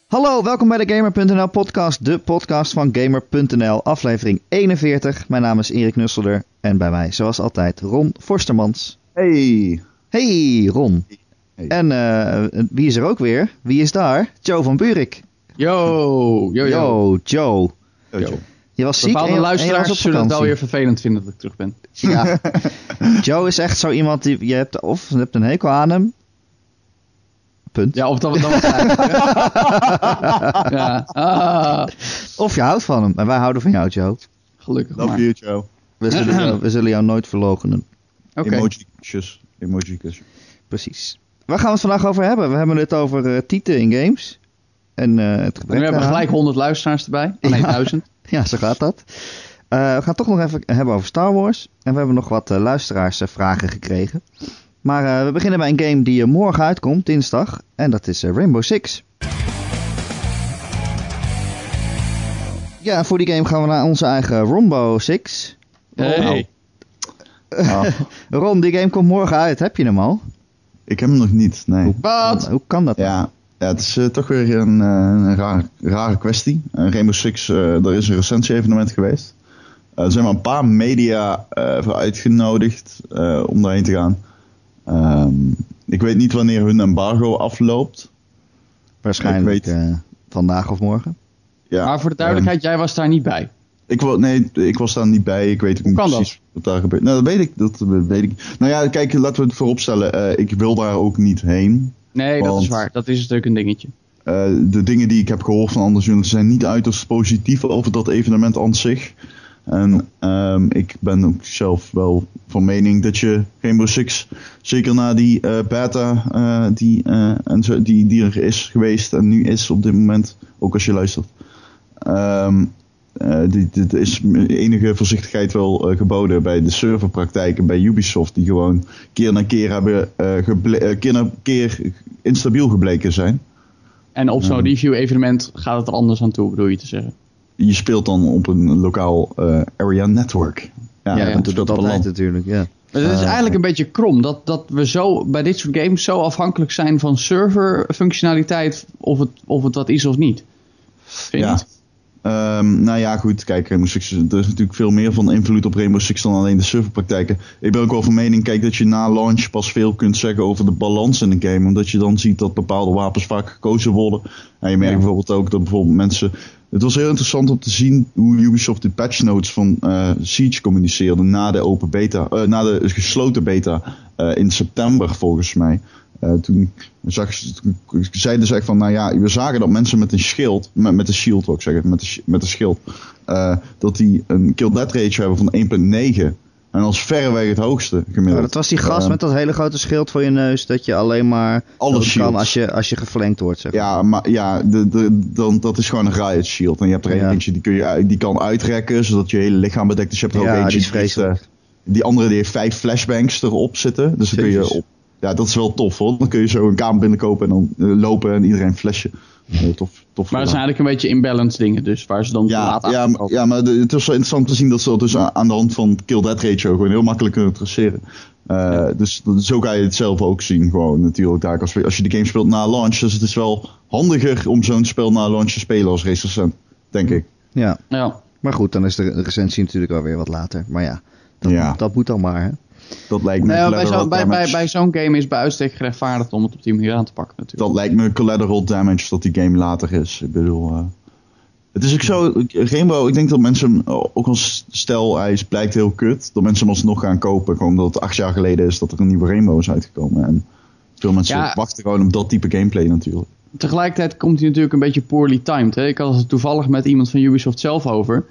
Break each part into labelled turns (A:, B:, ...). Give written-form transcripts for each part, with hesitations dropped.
A: Hallo, welkom bij de Gamer.nl podcast, de podcast van Gamer.nl, aflevering 41. Mijn naam is Erik Nusselder en bij mij, zoals altijd, Ron Forstermans.
B: Hey!
A: Hey, Ron. Hey. En wie is er ook weer? Wie is daar? Joe van Buurik.
C: Yo,
A: Joe. Je was ziek
C: bepaalde luisteraars zullen het wel weer vervelend vinden dat ik terug ben.
A: Ja. Joe is echt zo iemand die, je hebt een hekel aan hem. Punt.
C: Ja, of dat was eigenlijk. Ja.
A: Of je houdt van hem. En wij houden van jou, Joe.
C: Gelukkig
B: Love
C: maar.
B: you, Joe.
A: We zullen jou nooit verloochenen.
C: Okay.
B: Emoji-kusje.
A: Precies. Waar gaan we het vandaag over hebben? We hebben het over tieten in games. En het gebrek
C: we hebben gelijk 100 luisteraars erbij. Nee, 1000.
A: Ja, zo gaat dat. We gaan het toch nog even hebben over Star Wars. En we hebben nog wat luisteraarsvragen gekregen. Maar we beginnen bij een game die morgen uitkomt, dinsdag. En dat is Rainbow Six. Ja, voor die game gaan we naar onze eigen Rombo Six.
C: Hey.
A: Ron, die game komt morgen uit. Heb je hem al?
B: Ik heb hem nog niet, nee.
A: Hoe kan dat?
B: Ja, het is toch weer een rare kwestie. Rainbow Six, er is een recensie-evenement geweest. Er zijn maar een paar media voor uitgenodigd om daarheen te gaan. Ik weet niet wanneer hun embargo afloopt.
A: Waarschijnlijk vandaag of morgen.
C: Ja, maar voor de duidelijkheid, jij was daar niet bij.
B: Ik was daar niet bij. Ik weet ook niet precies wat daar gebeurt. Nou, dat weet ik. Nou ja, kijk, laten we het vooropstellen. Ik wil daar ook niet heen.
C: Nee, dat is waar. Dat is natuurlijk een dingetje.
B: De dingen die ik heb gehoord van andere journalisten zijn niet uiterst positief over dat evenement aan zich. En ik ben ook zelf wel van mening dat je Rainbow Six, zeker na die beta die er is geweest en nu is op dit moment, ook als je luistert, dit is enige voorzichtigheid wel geboden bij de serverpraktijken bij Ubisoft, die gewoon keer na keer hebben keer instabiel gebleken zijn.
C: En op zo'n review-evenement gaat het er anders aan toe, bedoel je te zeggen?
B: Je speelt dan op een lokaal area network.
A: Ja, dat doet altijd natuurlijk, ja.
C: Maar het is eigenlijk een beetje krom dat we zo bij dit soort games zo afhankelijk zijn van serverfunctionaliteit of het wat is of niet. Vind je niet?
B: Nou ja, goed, kijk, Rainbow Six, er is natuurlijk veel meer van invloed op Rainbow Six dan alleen de serverpraktijken. Ik ben ook wel van mening, kijk, dat je na launch pas veel kunt zeggen over de balans in de game, omdat je dan ziet dat bepaalde wapens vaak gekozen worden. En je merkt bijvoorbeeld ook dat bijvoorbeeld mensen... Het was heel interessant om te zien hoe Ubisoft de patch notes van Siege communiceerde na de open beta, na de gesloten beta in september volgens mij. Toen zeiden ze echt van, nou ja, we zagen dat mensen met een schild, met een shield wil ik zeggen, met een schild, dat die een kill death ratio hebben van 1.9. En dat is verreweg het hoogste gemiddeld.
A: Ja, dat was die gast met dat hele grote schild voor je neus, dat je alleen maar
B: alles
A: kan als je geflankt wordt, zeg maar.
B: Ja, maar ja, dat is gewoon een riot shield. En je hebt er eentje die kan uitrekken, zodat je hele lichaam bedekt. Dus je hebt er ook eentje
A: die is vreselijk.
B: Die andere die heeft 5 flashbangs erop zitten. Dus dan kun je op. Ja, dat is wel tof hoor. Dan kun je zo een kamer binnenkopen en dan lopen en iedereen flashen. Tof.
C: Maar het zijn eigenlijk een beetje imbalanced dingen, dus waar ze dan laat aan.
B: Ja, maar het is wel interessant te zien dat ze dat dus aan de hand van kill death ratio gewoon heel makkelijk kunnen traceren. Dus zo kan je het zelf ook zien, gewoon natuurlijk. Daar, als je de game speelt na launch, dus het is wel handiger om zo'n spel na launch te spelen als recensent, denk ik.
A: Ja, maar goed, dan is de recensie natuurlijk alweer wat later. Maar dat moet dan maar, hè.
B: Dat lijkt me
C: bij zo'n game is bij uitstek gerechtvaardigd om het op die manier aan te pakken natuurlijk.
B: Dat lijkt me collateral damage dat die game later is. Ik bedoel, het is ook zo, Rainbow, ik denk dat mensen, ook als stel hij blijkt heel kut, dat mensen hem alsnog gaan kopen. Gewoon omdat het 8 jaar geleden is dat er een nieuwe Rainbow is uitgekomen. En veel mensen wachten gewoon op dat type gameplay natuurlijk.
C: Tegelijkertijd komt hij natuurlijk een beetje poorly timed. Hè? Ik had het toevallig met iemand van Ubisoft zelf over.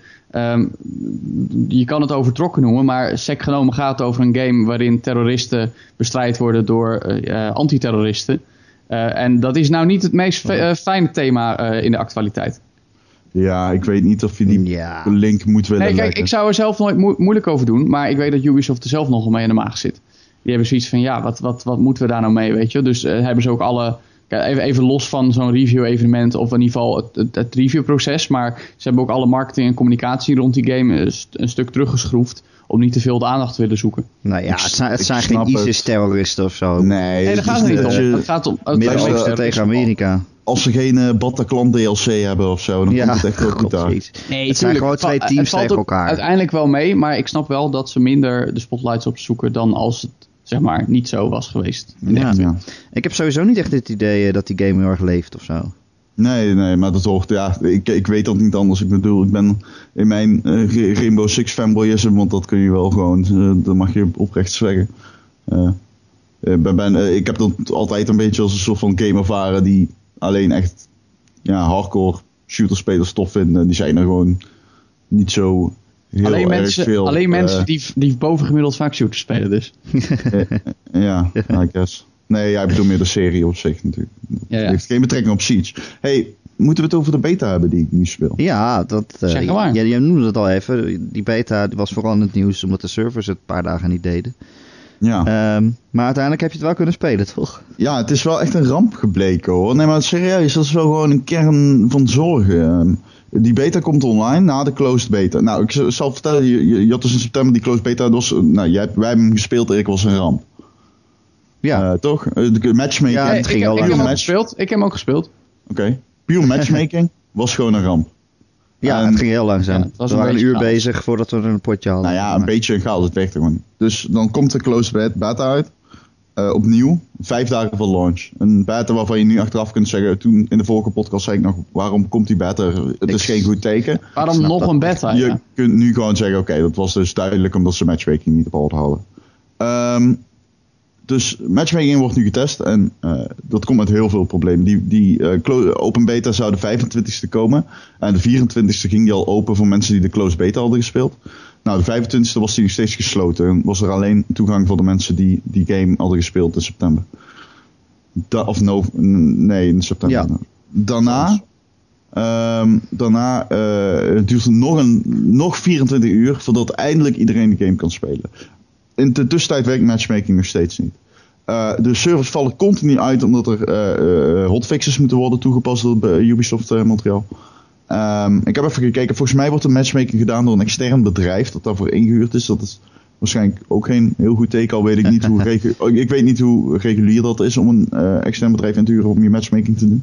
C: Je kan het overtrokken noemen, maar sec genomen gaat het over een game waarin terroristen bestrijd worden door antiterroristen. En dat is nou niet het meest fijne thema in de actualiteit.
B: Ja, ik weet niet of je die link moet willen leggen.
C: Kijk, ik zou er zelf nooit moeilijk over doen, maar ik weet dat Ubisoft er zelf nogal mee in de maag zit. Die hebben zoiets van, wat moeten we daar nou mee, weet je? Dus hebben ze ook alle... Even los van zo'n review-evenement of in ieder geval het reviewproces. Maar ze hebben ook alle marketing en communicatie rond die game een stuk teruggeschroefd. Om niet te veel de aandacht te willen zoeken.
A: Nou ja, het zijn geen ISIS-terroristen of zo.
B: Nee,
C: daar gaat het niet om. Het gaat om
A: Midden-Oosten tegen Amerika.
B: als ze geen Bataclan DLC hebben of zo, dan komt het echt wel goed uit.
C: Nee,
A: het zijn gewoon twee teams tegen elkaar.
C: Uiteindelijk wel mee, maar ik snap wel dat ze minder de spotlights opzoeken dan als het zeg maar niet zo was geweest.
A: Ja. Ik heb sowieso niet echt het idee dat die game heel erg leeft of zo.
B: Nee, maar dat hoort, ik weet dat niet anders. Ik bedoel, ik ben in mijn Rainbow Six fanboyisme, want dat kun je wel gewoon, dat mag je oprecht zeggen. Ik heb dat altijd een beetje als een soort van game ervaren die alleen echt hardcore shooterspelers tof vinden. Die zijn er gewoon niet zo heel erg veel.
C: Alleen mensen die bovengemiddeld vaak shooters spelen dus.
B: Ja, I guess. Nee, jij bedoelt meer de serie op zich natuurlijk. Dat heeft geen betrekking op Siege. Hey, moeten we het over de beta hebben die ik nu speel?
A: Ja, je noemde het al even. Die beta die was vooral in het nieuws omdat de servers het een paar dagen niet deden.
B: Ja.
A: Maar uiteindelijk heb je het wel kunnen spelen, toch?
B: Ja, het is wel echt een ramp gebleken hoor. Nee, maar serieus, dat is wel gewoon een kern van zorgen. Die beta komt online na de closed beta. Nou, ik zal vertellen, je had dus in september die closed beta. Wij hebben hem gespeeld en ik was een ramp.
A: Ja.
B: Toch? De matchmaking.
A: Ja, het ging
C: ik heb hem ook gespeeld.
B: Oké. Pure matchmaking was gewoon een ramp.
A: Ja, het ging heel langzaam. We waren een uur bezig voordat we er een potje hadden.
B: Nou ja, een beetje een chaos. Het werkte gewoon niet. Dus dan komt de closed beta uit. Opnieuw. 5 dagen voor launch. Een beta waarvan je nu achteraf kunt zeggen. Toen in de vorige podcast zei ik nog. Waarom komt die beta? Het is geen goed teken.
C: Waarom nog een beta?
B: Je kunt nu gewoon zeggen. Oké, dat was dus duidelijk omdat ze matchmaking niet op orde hadden. Dus matchmaking wordt nu getest en dat komt met heel veel problemen. Die open beta zou de 25e komen. En de 24e ging die al open voor mensen die de closed beta hadden gespeeld. Nou, de 25e was die nog steeds gesloten. En was er alleen toegang voor de mensen die die game hadden gespeeld in september. In september. Ja. Daarna duurt het nog 24 uur voordat eindelijk iedereen de game kan spelen. In de tussentijd werkt matchmaking nog steeds niet. De servers vallen continu uit omdat er hotfixes moeten worden toegepast door Ubisoft Montreal. Ik heb even gekeken. Volgens mij wordt de matchmaking gedaan door een extern bedrijf dat daarvoor ingehuurd is. Dat is waarschijnlijk ook geen heel goed teken. Al weet ik niet ik weet niet hoe regulier dat is om een extern bedrijf in te huren om je matchmaking te doen.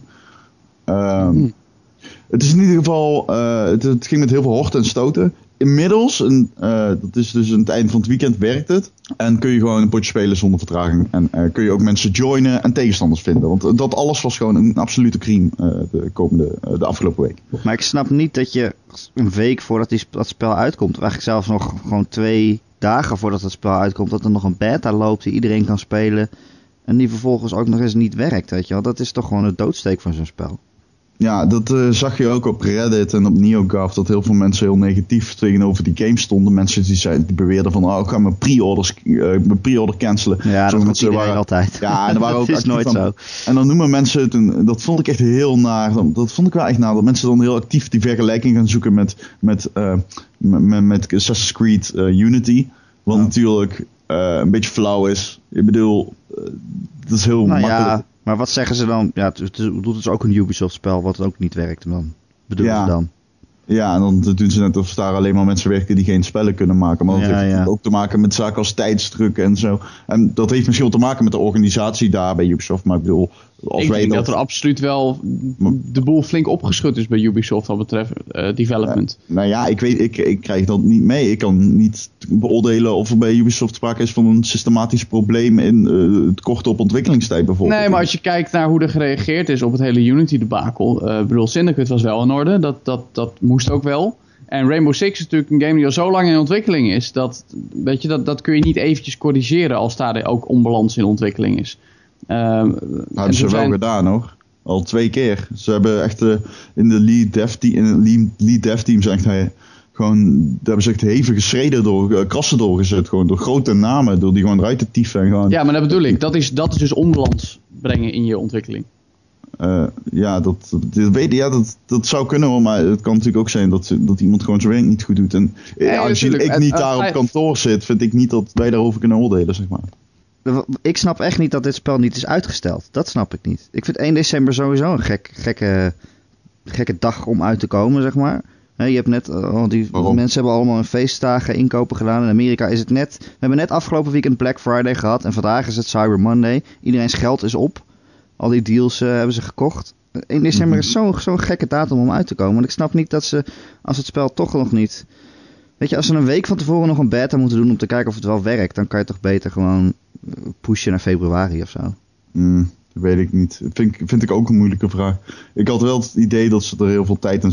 B: Het is in ieder geval, het ging met heel veel horten en stoten. Inmiddels, dat is dus aan het eind van het weekend, werkt het. En kun je gewoon een potje spelen zonder vertraging. En kun je ook mensen joinen en tegenstanders vinden. Want dat alles was gewoon een absolute crime de afgelopen week.
A: Maar ik snap niet dat je een week voordat dat spel uitkomt, of eigenlijk zelfs nog gewoon 2 dagen voordat het spel uitkomt, dat er nog een beta loopt die iedereen kan spelen. En die vervolgens ook nog eens niet werkt, weet je wel. Dat is toch gewoon het doodsteek van zo'n spel.
B: Ja, dat zag je ook op Reddit en op NeoGAF, dat heel veel mensen heel negatief tegenover die game stonden. Mensen die beweerden van, ik ga mijn pre-order cancelen.
A: Ja, dat doet iedereen altijd.
B: Ja, en er waren ook
A: dat is nooit zo.
B: En dan noemen mensen het, dat vond ik echt heel naar. Dat vond ik wel echt naar, dat mensen dan heel actief die vergelijking gaan zoeken met Assassin's Creed Unity. Wat natuurlijk een beetje flauw is. Ik bedoel, dat is heel makkelijk.
A: Ja. Maar wat zeggen ze dan? Ja, het is ook een Ubisoft-spel wat ook niet werkt. Dan bedoelen ze dan.
B: Ja, en dan doen ze net of daar alleen maar mensen werken die geen spellen kunnen maken. Maar dat heeft ook te maken met zaken als tijdsdruk en zo. En dat heeft misschien wel te maken met de organisatie daar bij Ubisoft. Maar ik bedoel,
C: ik denk dat er absoluut wel de boel flink opgeschud is bij Ubisoft wat betreft development.
B: Nou ja, ik krijg dat niet mee. Ik kan niet beoordelen of er bij Ubisoft sprake is van een systematisch probleem in het korte op ontwikkelingstijd bijvoorbeeld.
C: Nee, maar als je kijkt naar hoe er gereageerd is op het hele Unity-debakel. Ik bedoel, Syndicate was wel in orde. Dat moest ook wel. En Rainbow Six is natuurlijk een game die al zo lang in ontwikkeling is. Dat kun je niet eventjes corrigeren als daar ook onbalans in ontwikkeling is.
B: Hebben ze wel gedaan hoor. Al 2 keer. Ze hebben echt in de lead dev team gewoon, daar hebben ze echt hevig geschreden door krassen doorgezet. Gewoon door grote namen. Door die gewoon eruit te tiefen. En gewoon...
C: Ja, maar dat bedoel ik. Dat is dus onbalans brengen in je ontwikkeling.
B: Dat zou kunnen hoor, maar het kan natuurlijk ook zijn dat iemand gewoon zijn werk niet goed doet. En als ik niet daar op kantoor zit, vind ik niet dat wij daarover kunnen oordelen, zeg maar.
A: Ik snap echt niet dat dit spel niet is uitgesteld. Dat snap ik niet. Ik vind 1 december sowieso een gekke dag om uit te komen, zeg maar. Je hebt net, mensen hebben allemaal een feestdagen inkopen gedaan. In Amerika is het net, we hebben net afgelopen weekend Black Friday gehad en vandaag is het Cyber Monday. Iedereen's geld is op. Al die deals hebben ze gekocht. 1 december is zo'n gekke datum om uit te komen. Want ik snap niet dat ze, als het spel toch nog niet... Weet je, als ze een week van tevoren nog een beta moeten doen om te kijken of het wel werkt, dan kan je toch beter gewoon pushen naar februari of zo.
B: Dat weet ik niet. Vind ik ook een moeilijke vraag. Ik had wel het idee dat ze er heel veel tijd en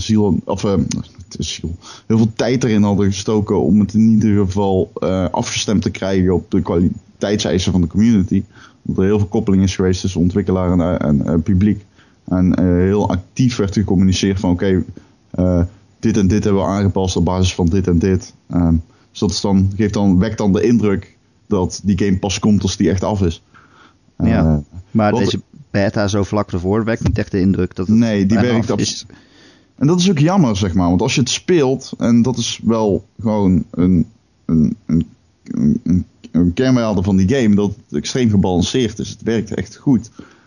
B: heel veel tijd erin hadden gestoken om het in ieder geval afgestemd te krijgen op de kwaliteitseisen van de community. Dat er heel veel koppeling is geweest tussen ontwikkelaar en publiek. En heel actief werd gecommuniceerd van oké, dit en dit hebben we aangepast op basis van dit en dit. Dus dat is wekt dan de indruk dat die game pas komt als die echt af is.
A: Maar deze beta zo vlak ervoor wekt niet echt de indruk dat het
B: die werkt af is. En dat is ook jammer, zeg maar. Want als je het speelt, en dat is wel gewoon een kernwaarde van die game, dat het extreem gebalanceerd is. Het werkt echt goed.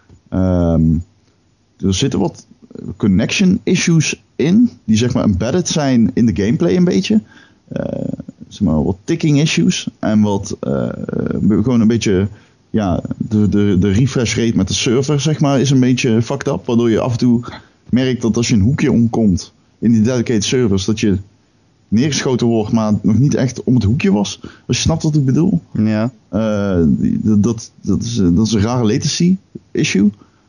B: Er zitten wat connection issues in, die zeg maar embedded zijn in de gameplay een beetje. Zeg maar wat ticking issues en wat gewoon een beetje... Ja, de refresh rate met de server, zeg maar, is een beetje fucked up. Waardoor je af en toe merkt dat als je een hoekje omkomt in die dedicated servers, dat je neergeschoten wordt, maar nog niet echt om het hoekje was. Als je snapt wat ik bedoel.
A: Ja.
B: Dat is een rare latency issue.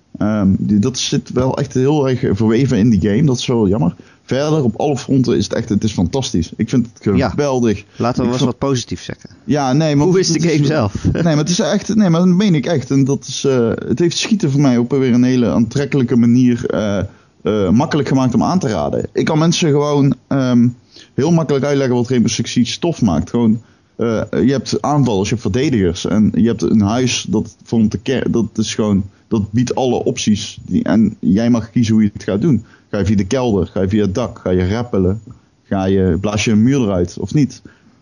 B: Dat zit wel echt heel erg verweven in die game. Dat is wel jammer. Verder, op alle fronten is het is fantastisch. Ik vind het geweldig.
A: Laten we wat positief zeggen.
B: Ja, nee, maar
A: hoe is de game zelf?
B: Nee, maar het is echt... Nee, maar dat meen ik echt. En dat is... het heeft schieten voor mij op weer een hele aantrekkelijke manier makkelijk gemaakt om aan te raden. Ik kan mensen gewoon heel makkelijk uitleggen wat Rainbow Six Siege tof maakt. Gewoon... je hebt aanvallers, je hebt verdedigers. En je hebt een huis dat vormt dat is gewoon... Dat biedt alle opties. En jij mag kiezen hoe je het gaat doen. Ga je via de kelder? Ga je via het dak? Ga je rappelen? Blaas je een muur eruit of niet?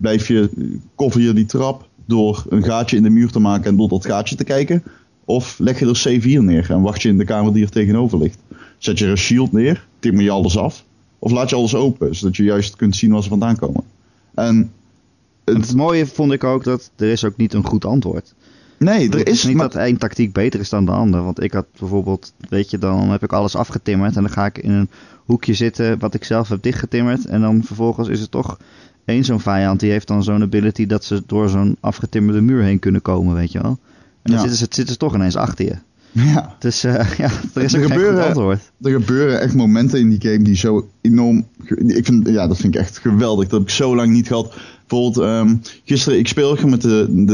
B: Cover je die trap door een gaatje in de muur te maken en door dat gaatje te kijken? Of leg je er C4 neer en wacht je in de kamer die er tegenover ligt? Zet je er een shield neer? Timmer je alles af? Of laat je alles open, zodat je juist kunt zien waar ze vandaan komen? En
A: het mooie vond ik ook dat er is ook niet een goed antwoord.
B: Nee, er is
A: niet dat één tactiek beter is dan de ander. Want ik had bijvoorbeeld, weet je, dan heb ik alles afgetimmerd en dan ga ik in een hoekje zitten wat ik zelf heb dichtgetimmerd. En dan vervolgens is er toch één zo'n vijand die heeft dan zo'n ability dat ze door zo'n afgetimmerde muur heen kunnen komen, weet je wel. En dan zitten ze toch ineens achter je.
B: Ja.
A: Dus er is ook geen goed antwoord.
B: Er gebeuren echt momenten in die game die zo enorm... dat vind ik echt geweldig. Dat heb ik zo lang niet gehad. Bijvoorbeeld, gisteren, ik speel met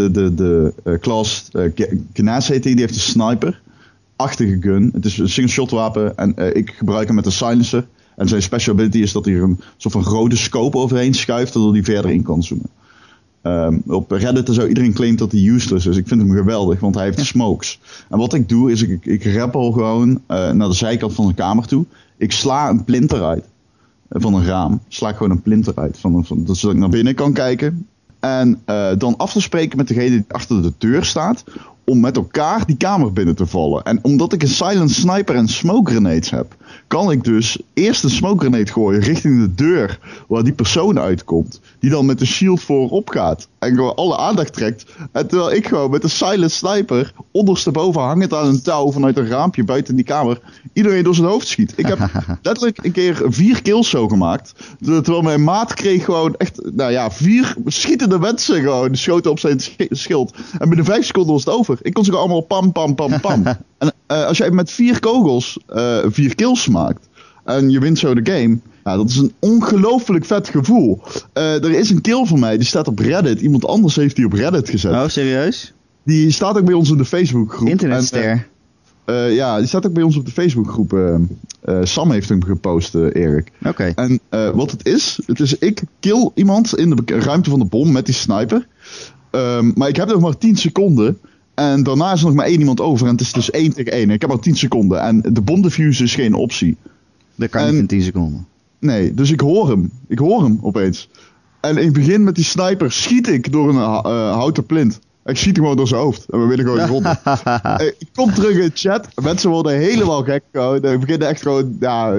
B: de class Gnas heet die heeft een sniper-achtige gun. Het is een single-shot wapen en ik gebruik hem met een silencer. En zijn special ability is dat hij er een soort van rode scope overheen schuift, waardoor hij verder in kan zoomen. Op Reddit en zo, iedereen claimt dat hij useless is. Ik vind hem geweldig, want hij heeft smokes. En wat ik doe, is ik rappel gewoon naar de zijkant van een kamer toe. Ik sla een plinter uit. Van een raam. Sla ik gewoon een plinter uit. Zodat ik naar binnen kan kijken. En dan af te spreken met degene die achter de deur staat. Om met elkaar die kamer binnen te vallen. En omdat ik een silent sniper en smoke grenades heb. Kan ik dus eerst een smoke grenade gooien richting de deur. Waar die persoon uitkomt. Die dan met de shield voorop gaat. En gewoon alle aandacht trekt. En terwijl ik gewoon met een silent sniper. Ondersteboven hangend aan een touw vanuit een raampje buiten die kamer. Iedereen door zijn hoofd schiet. Ik heb letterlijk een keer 4 kills zo gemaakt. Terwijl mijn maat kreeg gewoon echt 4 schietende mensen gewoon. Schoten op zijn schild. En binnen 5 seconden was het over. Ik kon ze gewoon allemaal pam, pam, pam, pam. En als jij met 4 kogels 4 kills maakt. En je wint zo de game. Ja, dat is een ongelooflijk vet gevoel. Er is een kill van mij. Die staat op Reddit. Iemand anders heeft die op Reddit gezet.
A: Oh, serieus?
B: Die staat ook bij ons in de Facebookgroep.
A: Internetster.
B: Die staat ook bij ons op de Facebookgroep. Sam heeft hem gepost, Erik.
A: Oké.
B: En wat het is ik kill iemand in de ruimte van de bom met die sniper. Maar ik heb nog maar 10 seconden. En daarna is er nog maar 1 iemand over. En het is dus 1 tegen 1. Ik heb maar 10 seconden. En de bomdefuse is geen optie.
A: Dat kan niet in 10 seconden.
B: Nee, dus ik hoor hem. Ik hoor hem opeens. En in het begin met die sniper schiet ik door een houten plint. Ik schiet hem gewoon door zijn hoofd. En we willen gewoon ronden. Ik kom terug in de chat. Mensen worden helemaal gek. Gewoon. Ik begin echt gewoon...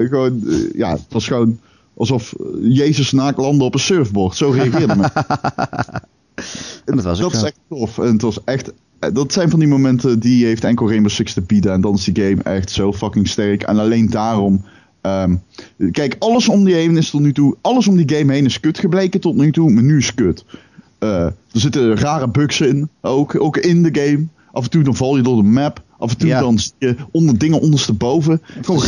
B: het was gewoon alsof Jezus naakt landde op een surfboard. Zo reageerde men.
A: Dat was ook
B: dat is echt tof. En het was echt dat zijn van die momenten die heeft enkel Rainbow Six te bieden. En dan is die game echt zo fucking sterk. En alleen daarom... kijk, alles om die heen is tot nu toe... Alles om die game heen is kut gebleken tot nu toe. Maar nu is kut. Er zitten rare bugs in. Ook in de game. Af en toe dan val je door de map. Af en toe dan zit je dingen ondersteboven.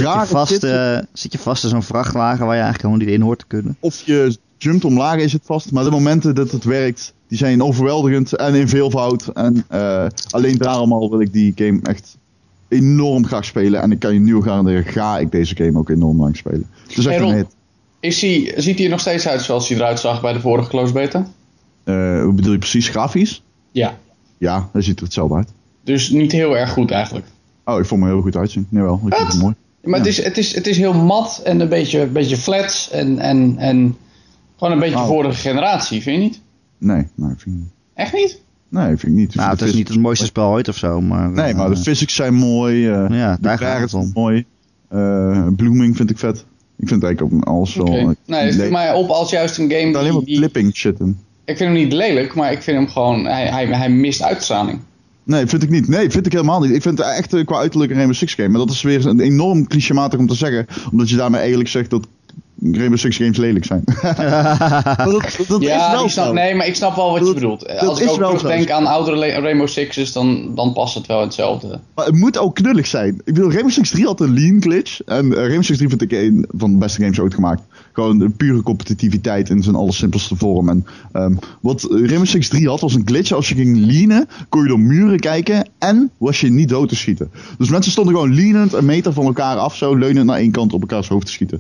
A: Zit je vast in zo'n vrachtwagen waar je eigenlijk gewoon niet in hoort te kunnen.
B: Of je jumpt omlaag is het vast. Maar de momenten dat het werkt, die zijn overweldigend en in veelvoud. En alleen daarom al wil ik die game echt enorm graag spelen. En ik kan je nu garanderen, ga ik deze game ook enorm lang spelen. Het is echt een hit.
C: Ziet hij er nog steeds uit zoals hij eruit zag bij de vorige closed beta?
B: Hoe bedoel je precies? Grafisch?
C: Ja.
B: Ja, hij ziet er hetzelfde uit.
C: Dus niet heel erg goed eigenlijk.
B: Oh, ik vond me heel goed uitzien. Jawel, ik vind het mooi.
C: Maar het is heel mat en een beetje flats en gewoon een beetje vorige generatie, vind je niet?
B: Nee, vind ik niet.
C: Echt niet?
B: Nee, vind ik niet.
A: Nou, het is niet het mooiste spel ooit of zo, maar...
B: Nee, maar de physics zijn mooi.
A: daar gaat het om.
B: Mooi. Blooming vind ik vet. Ik vind het eigenlijk ook alles wel...
C: Nee, het viel mij op als juist een game...
B: alleen wat clipping shit in.
C: Ik vind hem niet lelijk, maar ik vind hem gewoon... Hij mist uitstraling.
B: Nee, vind ik niet. Nee, vind ik helemaal niet. Ik vind het echt qua uiterlijk een Rainbow Six game. Maar dat is weer een enorm clichématig om te zeggen. Omdat je daarmee eigenlijk zegt dat Rainbow Six games lelijk zijn. dat is wel zo.
C: Nee, maar ik snap wel wat je bedoelt. Als ik ook terugdenk aan oudere Rainbow Sixes, dan past het wel hetzelfde.
B: Maar het moet ook knullig zijn. Ik bedoel, Rainbow Six 3 had een lean glitch. En Rainbow Six 3 vind ik een van de beste games ooit gemaakt. Gewoon de pure competitiviteit in zijn allersimpelste vorm. En wat Rainbow Six 3 had, was een glitch. Als je ging leanen, kon je door muren kijken en was je niet dood te schieten. Dus mensen stonden gewoon leanend een meter van elkaar af, zo leunend naar één kant op elkaars hoofd te schieten.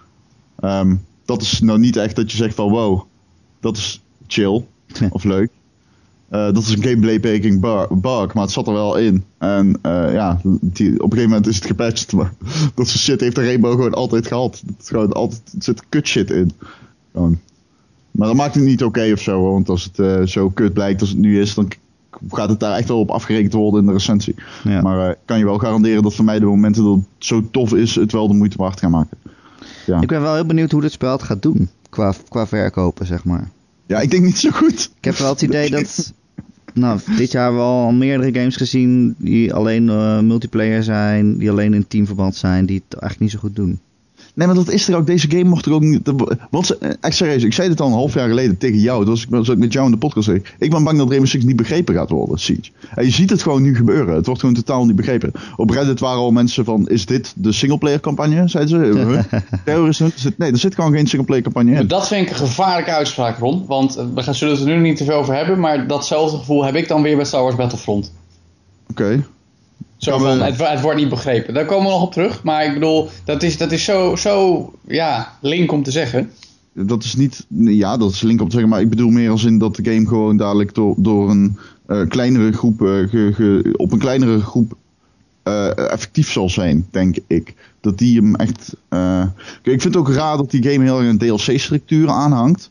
B: Dat is nou niet echt dat je zegt van wow, dat is chill of leuk. Dat is een gameplay breaking bug, maar het zat er wel in. En op een gegeven moment is het gepatcht, maar dat soort shit heeft de Rainbow gewoon altijd gehad. Er zit kut shit in. Gewoon. Maar dat maakt het niet oké of zo, want als het zo kut blijkt als het nu is, dan gaat het daar echt wel op afgerekend worden in de recensie. Ja. Maar kan je wel garanderen dat voor mij de momenten dat het zo tof is, het wel de moeite waard gaan maken. Ja.
A: Ik ben wel heel benieuwd hoe dit spel het gaat doen. Qua verkopen, zeg maar.
B: Ja, ik denk niet zo goed.
A: Ik heb wel het idee dat... dit jaar hebben we al meerdere games gezien die alleen multiplayer zijn, die alleen in teamverband zijn, die het eigenlijk niet zo goed doen.
B: Nee, maar dat is er ook. Deze game mocht er ook niet... Echt serieus, ik zei dit al een half jaar geleden tegen jou. Dat was ik met jou in de podcast zei. Ik ben bang dat Rainbow Six niet begrepen gaat worden, Siege. En je ziet het gewoon nu gebeuren. Het wordt gewoon totaal niet begrepen. Op Reddit waren al mensen van, is dit de singleplayer campagne? Zeiden ze. Nee, er zit gewoon geen singleplayer campagne in.
C: Maar dat vind ik een gevaarlijke uitspraak, Ron. Want we zullen het er nu niet te veel over hebben. Maar datzelfde gevoel heb ik dan weer bij Star Wars Battlefront.
B: Oké.
C: Zo van, het wordt niet begrepen. Daar komen we nog op terug. Maar ik bedoel, dat is zo link om te zeggen.
B: Dat is niet... Ja, dat is link om te zeggen. Maar ik bedoel meer als in dat de game gewoon dadelijk door een kleinere groep... op een kleinere groep effectief zal zijn, denk ik. Dat die hem echt... Kijk, ik vind het ook raar dat die game heel erg een DLC-structuur aanhangt.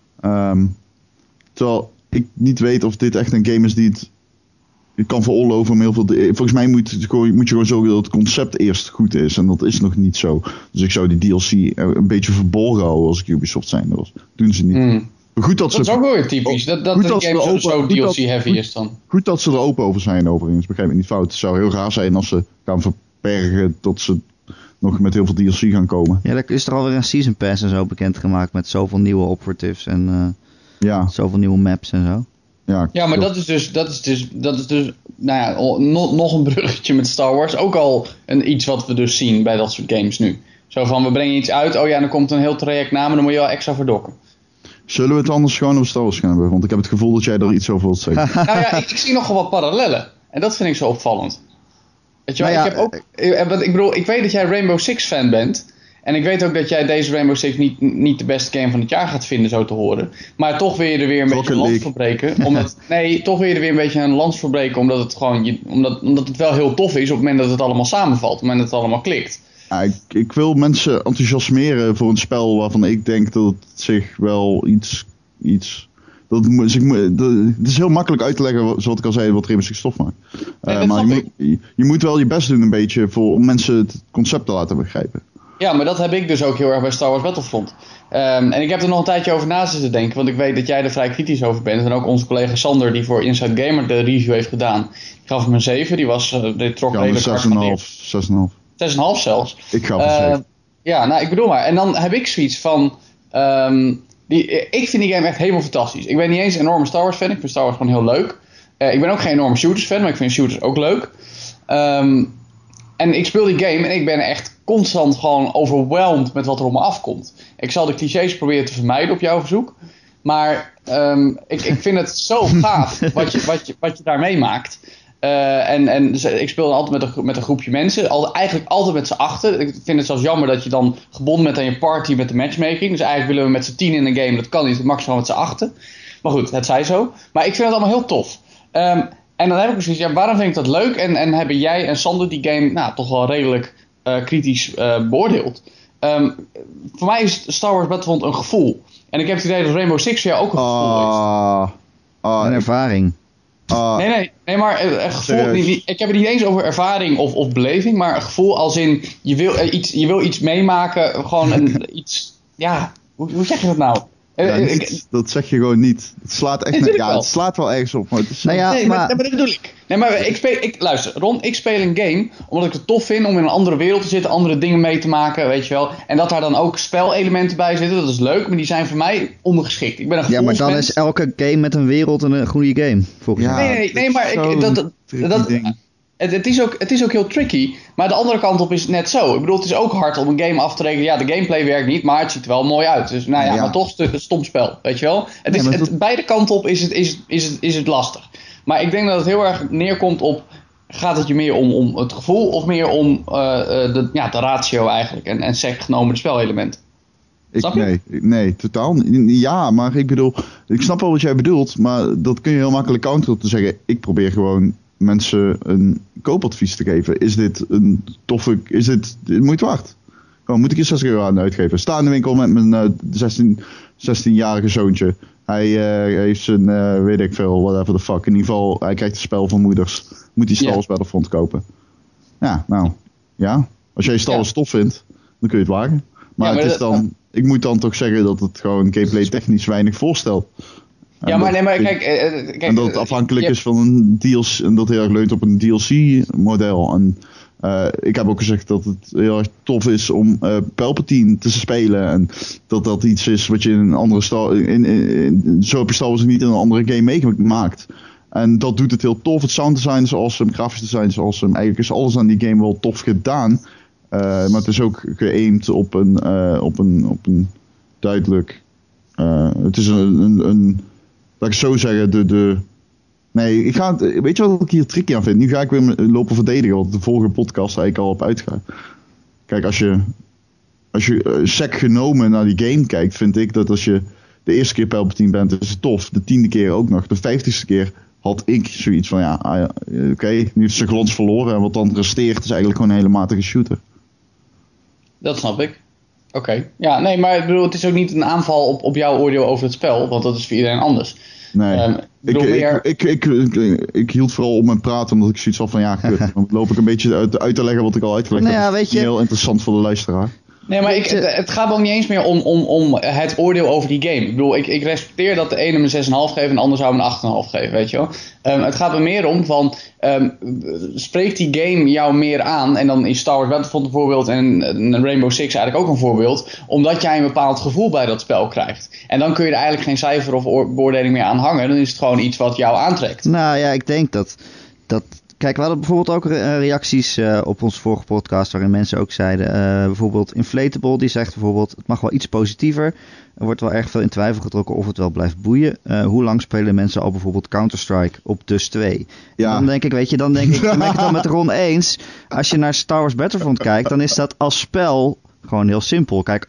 B: Terwijl ik niet weet of dit echt een game is die het... Je kan veroorloven om heel veel... Volgens mij moet je gewoon zorgen dat het concept eerst goed is. En dat is nog niet zo. Dus ik zou die DLC een beetje verborgen houden als ik Ubisoft zijn. Dat doen ze niet. Goed dat
C: is ook wel weer typisch. Dat de game zo DLC-heavy is dan.
B: Goed dat ze er open over zijn overigens. Begrijp ik niet fout. Het zou heel raar zijn als ze gaan verbergen tot ze nog met heel veel DLC gaan komen.
A: Ja, er is er alweer een Season Pass en zo bekendgemaakt met zoveel nieuwe operatives en zoveel nieuwe maps en zo.
C: Ja, maar dat is dus nog een bruggetje met Star Wars. Ook al iets wat we dus zien bij dat soort games nu. Zo van, we brengen iets uit, oh ja, dan komt een heel traject na, maar dan moet je wel extra verdokken.
B: Zullen we het anders gewoon over Star Wars gaan hebben? Want ik heb het gevoel dat jij er iets over wilt zeggen.
C: Nou ja, ik zie nogal wat parallellen. En dat vind ik zo opvallend. Weet je wel, ik weet dat jij Rainbow Six fan bent. En ik weet ook dat jij deze Rainbow Six niet de beste game van het jaar gaat vinden, zo te horen. Maar toch wil je er weer een beetje een lans verbreken. Toch wil je er weer een beetje een lans verbreken, omdat het gewoon omdat het wel heel tof is op het moment dat het allemaal samenvalt. Op het moment dat het allemaal klikt.
B: Ja, ik wil mensen enthousiasmeren voor een spel waarvan ik denk dat het zich wel iets het is heel makkelijk uit te leggen, zoals ik al zei, wat Rainbow Six tof maakt. Maar je moet wel je best doen een beetje om mensen het concept te laten begrijpen.
C: Ja, maar dat heb ik dus ook heel erg bij Star Wars Battlefront. En ik heb er nog een tijdje over na zitten denken, want ik weet dat jij er vrij kritisch over bent. En ook onze collega Sander, die voor Inside Gamer de review heeft gedaan, die gaf hem een 7. Die trok redelijk hard van neer.
B: 6,5.
C: 6,5 zelfs.
B: Ik gaf een 7.
C: Ja, nou ik bedoel maar. En dan heb ik zoiets van... ik vind die game echt helemaal fantastisch. Ik ben niet eens een enorme Star Wars fan. Ik vind Star Wars gewoon heel leuk. Ik ben ook geen enorme shooters fan, maar ik vind shooters ook leuk. En ik speel die game en ik ben echt constant gewoon overwhelmed met wat er op me afkomt. Ik zal de clichés proberen te vermijden op jouw verzoek. Maar ik vind het zo gaaf wat je daar meemaakt. Ik speel dan altijd met een groepje mensen. Eigenlijk altijd met z'n achter. Ik vind het zelfs jammer dat je dan gebonden bent aan je party met de matchmaking. Dus eigenlijk willen we met z'n 10 in een game. Dat kan niet, maximaal met z'n achter. Maar goed, het zij zo. Maar ik vind het allemaal heel tof. En dan heb ik zoiets, ja, waarom vind ik dat leuk? En hebben jij en Sander die game toch wel redelijk kritisch beoordeeld. Voor mij is Star Wars Battlefront een gevoel. En ik heb het idee dat Rainbow Six voor jou ook een gevoel is.
A: Een ervaring.
C: Nee, maar een gevoel. Ik heb het niet eens over ervaring of beleving, maar een gevoel als in je wil iets meemaken, gewoon iets. Ja, hoe zeg je dat nou?
B: Dat zeg je gewoon niet. Het slaat echt het slaat wel ergens op. Maar het is
C: maar dat bedoel ik. Nee, maar luister, Ron, ik speel een game omdat ik het tof vind om in een andere wereld te zitten, andere dingen mee te maken, weet je wel. En dat daar dan ook spelelementen bij zitten, dat is leuk, maar die zijn voor mij ondergeschikt. Ik ben een gevoelsmens.
A: Ja, maar dan is elke game met een wereld een goede game, volgens mij.
C: Nee, maar het is ook heel tricky. Maar de andere kant op is het net zo. Ik bedoel, het is ook hard om een game af te rekenen. Ja, de gameplay werkt niet, maar het ziet er wel mooi uit. Dus maar toch een stom spel, weet je wel. Beide kanten op is het lastig. Maar ik denk dat het heel erg neerkomt op... Gaat het je meer om het gevoel of meer om de ratio eigenlijk? En sec genomen de spelelementen?
B: Nee, totaal niet. Ja, maar ik bedoel... Ik snap wel wat jij bedoelt, maar dat kun je heel makkelijk counteren te zeggen. Ik probeer gewoon mensen een koopadvies te geven. Is dit een toffe... Moet je het waard? Gewoon, moet ik je 60 euro aan uitgeven? Sta in de winkel met mijn 16-jarige zoontje. Hij heeft zijn, weet ik veel, whatever the fuck. In ieder geval, hij krijgt een spel van moeders. Moet hij Star Wars Battlefront kopen? Ja, nou, ja. Als jij Star Wars tof vindt, dan kun je het wagen. Maar het is dan... Ik moet dan toch zeggen dat het gewoon gameplay technisch weinig voorstelt.
C: Ja, maar kijk...
B: En dat het afhankelijk is van een DLC... En dat heel erg leunt op een DLC-model. En ik heb ook gezegd dat het heel erg tof is om Palpatine te spelen. En dat iets is wat je in een andere zo heb je Star Wars niet in een andere game meegemaakt. En dat doet het heel tof. Het sound design is awesome, grafisch design is awesome. Eigenlijk is alles aan die game wel tof gedaan. Maar het is ook geaimed op een duidelijk... het is een laat ik zo zeggen, nee, weet je wat ik hier tricky aan vind? Nu ga ik weer lopen verdedigen, wat de vorige podcast eigenlijk al op uitgaat. Kijk, als je sec genomen naar die game kijkt, vind ik dat als je de eerste keer Palpatine bent, is het tof. De 10e keer ook nog. De 50ste keer had ik zoiets van, oké, nu heeft ze glans verloren. En wat dan resteert is eigenlijk gewoon een hele matige shooter.
C: Dat snap ik. Oké. Ja, nee, maar ik bedoel, het is ook niet een aanval op jouw oordeel over het spel, want dat is voor iedereen anders.
B: Nee, ik hield vooral op mijn praten omdat ik zoiets had van dan loop ik een beetje uit te leggen wat ik al uitgelegd heb.
A: Weet je,
B: heel interessant voor de luisteraar.
C: Nee, maar het gaat me ook niet eens meer om het oordeel over die game. Ik bedoel, ik respecteer dat de ene me 6,5 geeft en de ander zou me een 8,5 geven, weet je wel. Het gaat me meer om van, spreekt die game jou meer aan? En dan is Star Wars Battlefront een voorbeeld en Rainbow Six eigenlijk ook een voorbeeld. Omdat jij een bepaald gevoel bij dat spel krijgt. En dan kun je er eigenlijk geen cijfer of beoordeling meer aan hangen. Dan is het gewoon iets wat jou aantrekt.
A: Nou ja, ik denk dat kijk, we hadden bijvoorbeeld ook reacties op onze vorige podcast waarin mensen ook zeiden, bijvoorbeeld Inflatable, die zegt bijvoorbeeld, het mag wel iets positiever. Er wordt wel erg veel in twijfel getrokken of het wel blijft boeien. Hoe lang spelen mensen al bijvoorbeeld Counter-Strike op Dus 2? Ja. Dan denk ik, dan ben ik het dan met Ron eens. Als je naar Star Wars Battlefront kijkt, dan is dat als spel gewoon heel simpel. Kijk,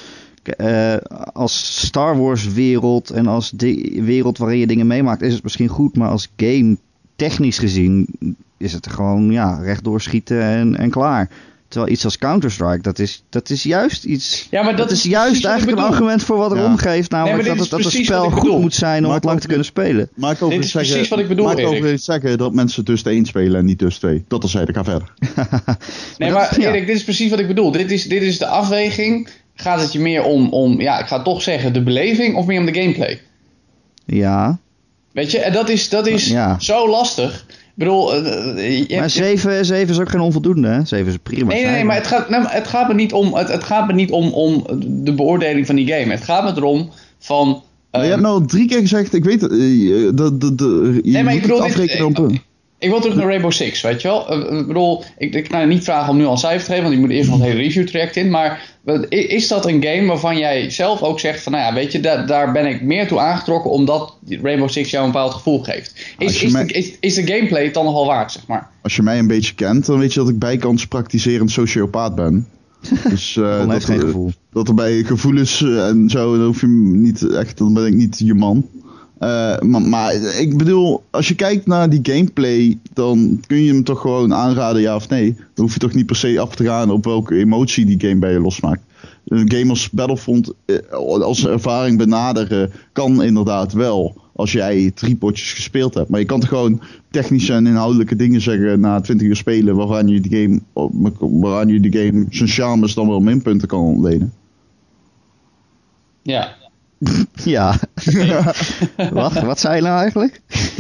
A: als Star Wars wereld en als de wereld waarin je dingen meemaakt, is het misschien goed, maar als game technisch gezien is het gewoon rechtdoor schieten en klaar. Terwijl iets als Counter-Strike, dat is juist iets...
C: Ja, maar
A: dat is juist eigenlijk een argument voor wat Ron geeft. Namelijk dat het spel goed moet zijn om het lang te kunnen spelen.
B: Maar ik over
C: precies wat ik bedoel,
B: Erik. Maar ik over zeggen dat mensen dus 1 spelen en niet dus 2. Dat is ga verder.
C: Maar Erik, dit is precies wat ik bedoel. Dit is de afweging. Gaat het je meer om ik ga toch zeggen, de beleving of meer om de gameplay?
A: Ja.
C: Weet je, en dat is zo lastig. Ik bedoel...
A: maar 7 is ook geen onvoldoende, hè? 7 is prima.
C: Nee, maar het gaat me niet om de beoordeling van die game. Het gaat me erom van...
B: je hebt nou 3 keer gezegd, ik weet het...
C: maar ik bedoel... Ik wil terug naar Rainbow Six, weet je wel. Ik bedoel, ik kan je niet vragen om nu al een cijfer te geven, want ik moet eerst nog het hele review traject in. Maar is dat een game waarvan jij zelf ook zegt van, nou ja, weet je, daar ben ik meer toe aangetrokken omdat Rainbow Six jou een bepaald gevoel geeft. Is de gameplay het dan nogal waard, zeg maar?
B: Als je mij een beetje kent, dan weet je dat ik bijkans praktiserend sociopaat ben. Dus
A: heeft geen gevoel.
B: Dat er bij gevoelens en zo, dan hoef je niet echt, dan ben ik niet je man. Maar ik bedoel, als je kijkt naar die gameplay, dan kun je hem toch gewoon aanraden, ja of nee. Dan hoef je toch niet per se af te gaan op welke emotie die game bij je losmaakt. Een game als Battlefront als ervaring benaderen kan inderdaad wel, als jij 3 potjes gespeeld hebt. Maar je kan toch gewoon technische en inhoudelijke dingen zeggen na 20 uur spelen, waaraan je die game zijn charmes dan wel minpunten kan ontlenen.
C: Ja.
A: Ja. Wat zei je nou eigenlijk?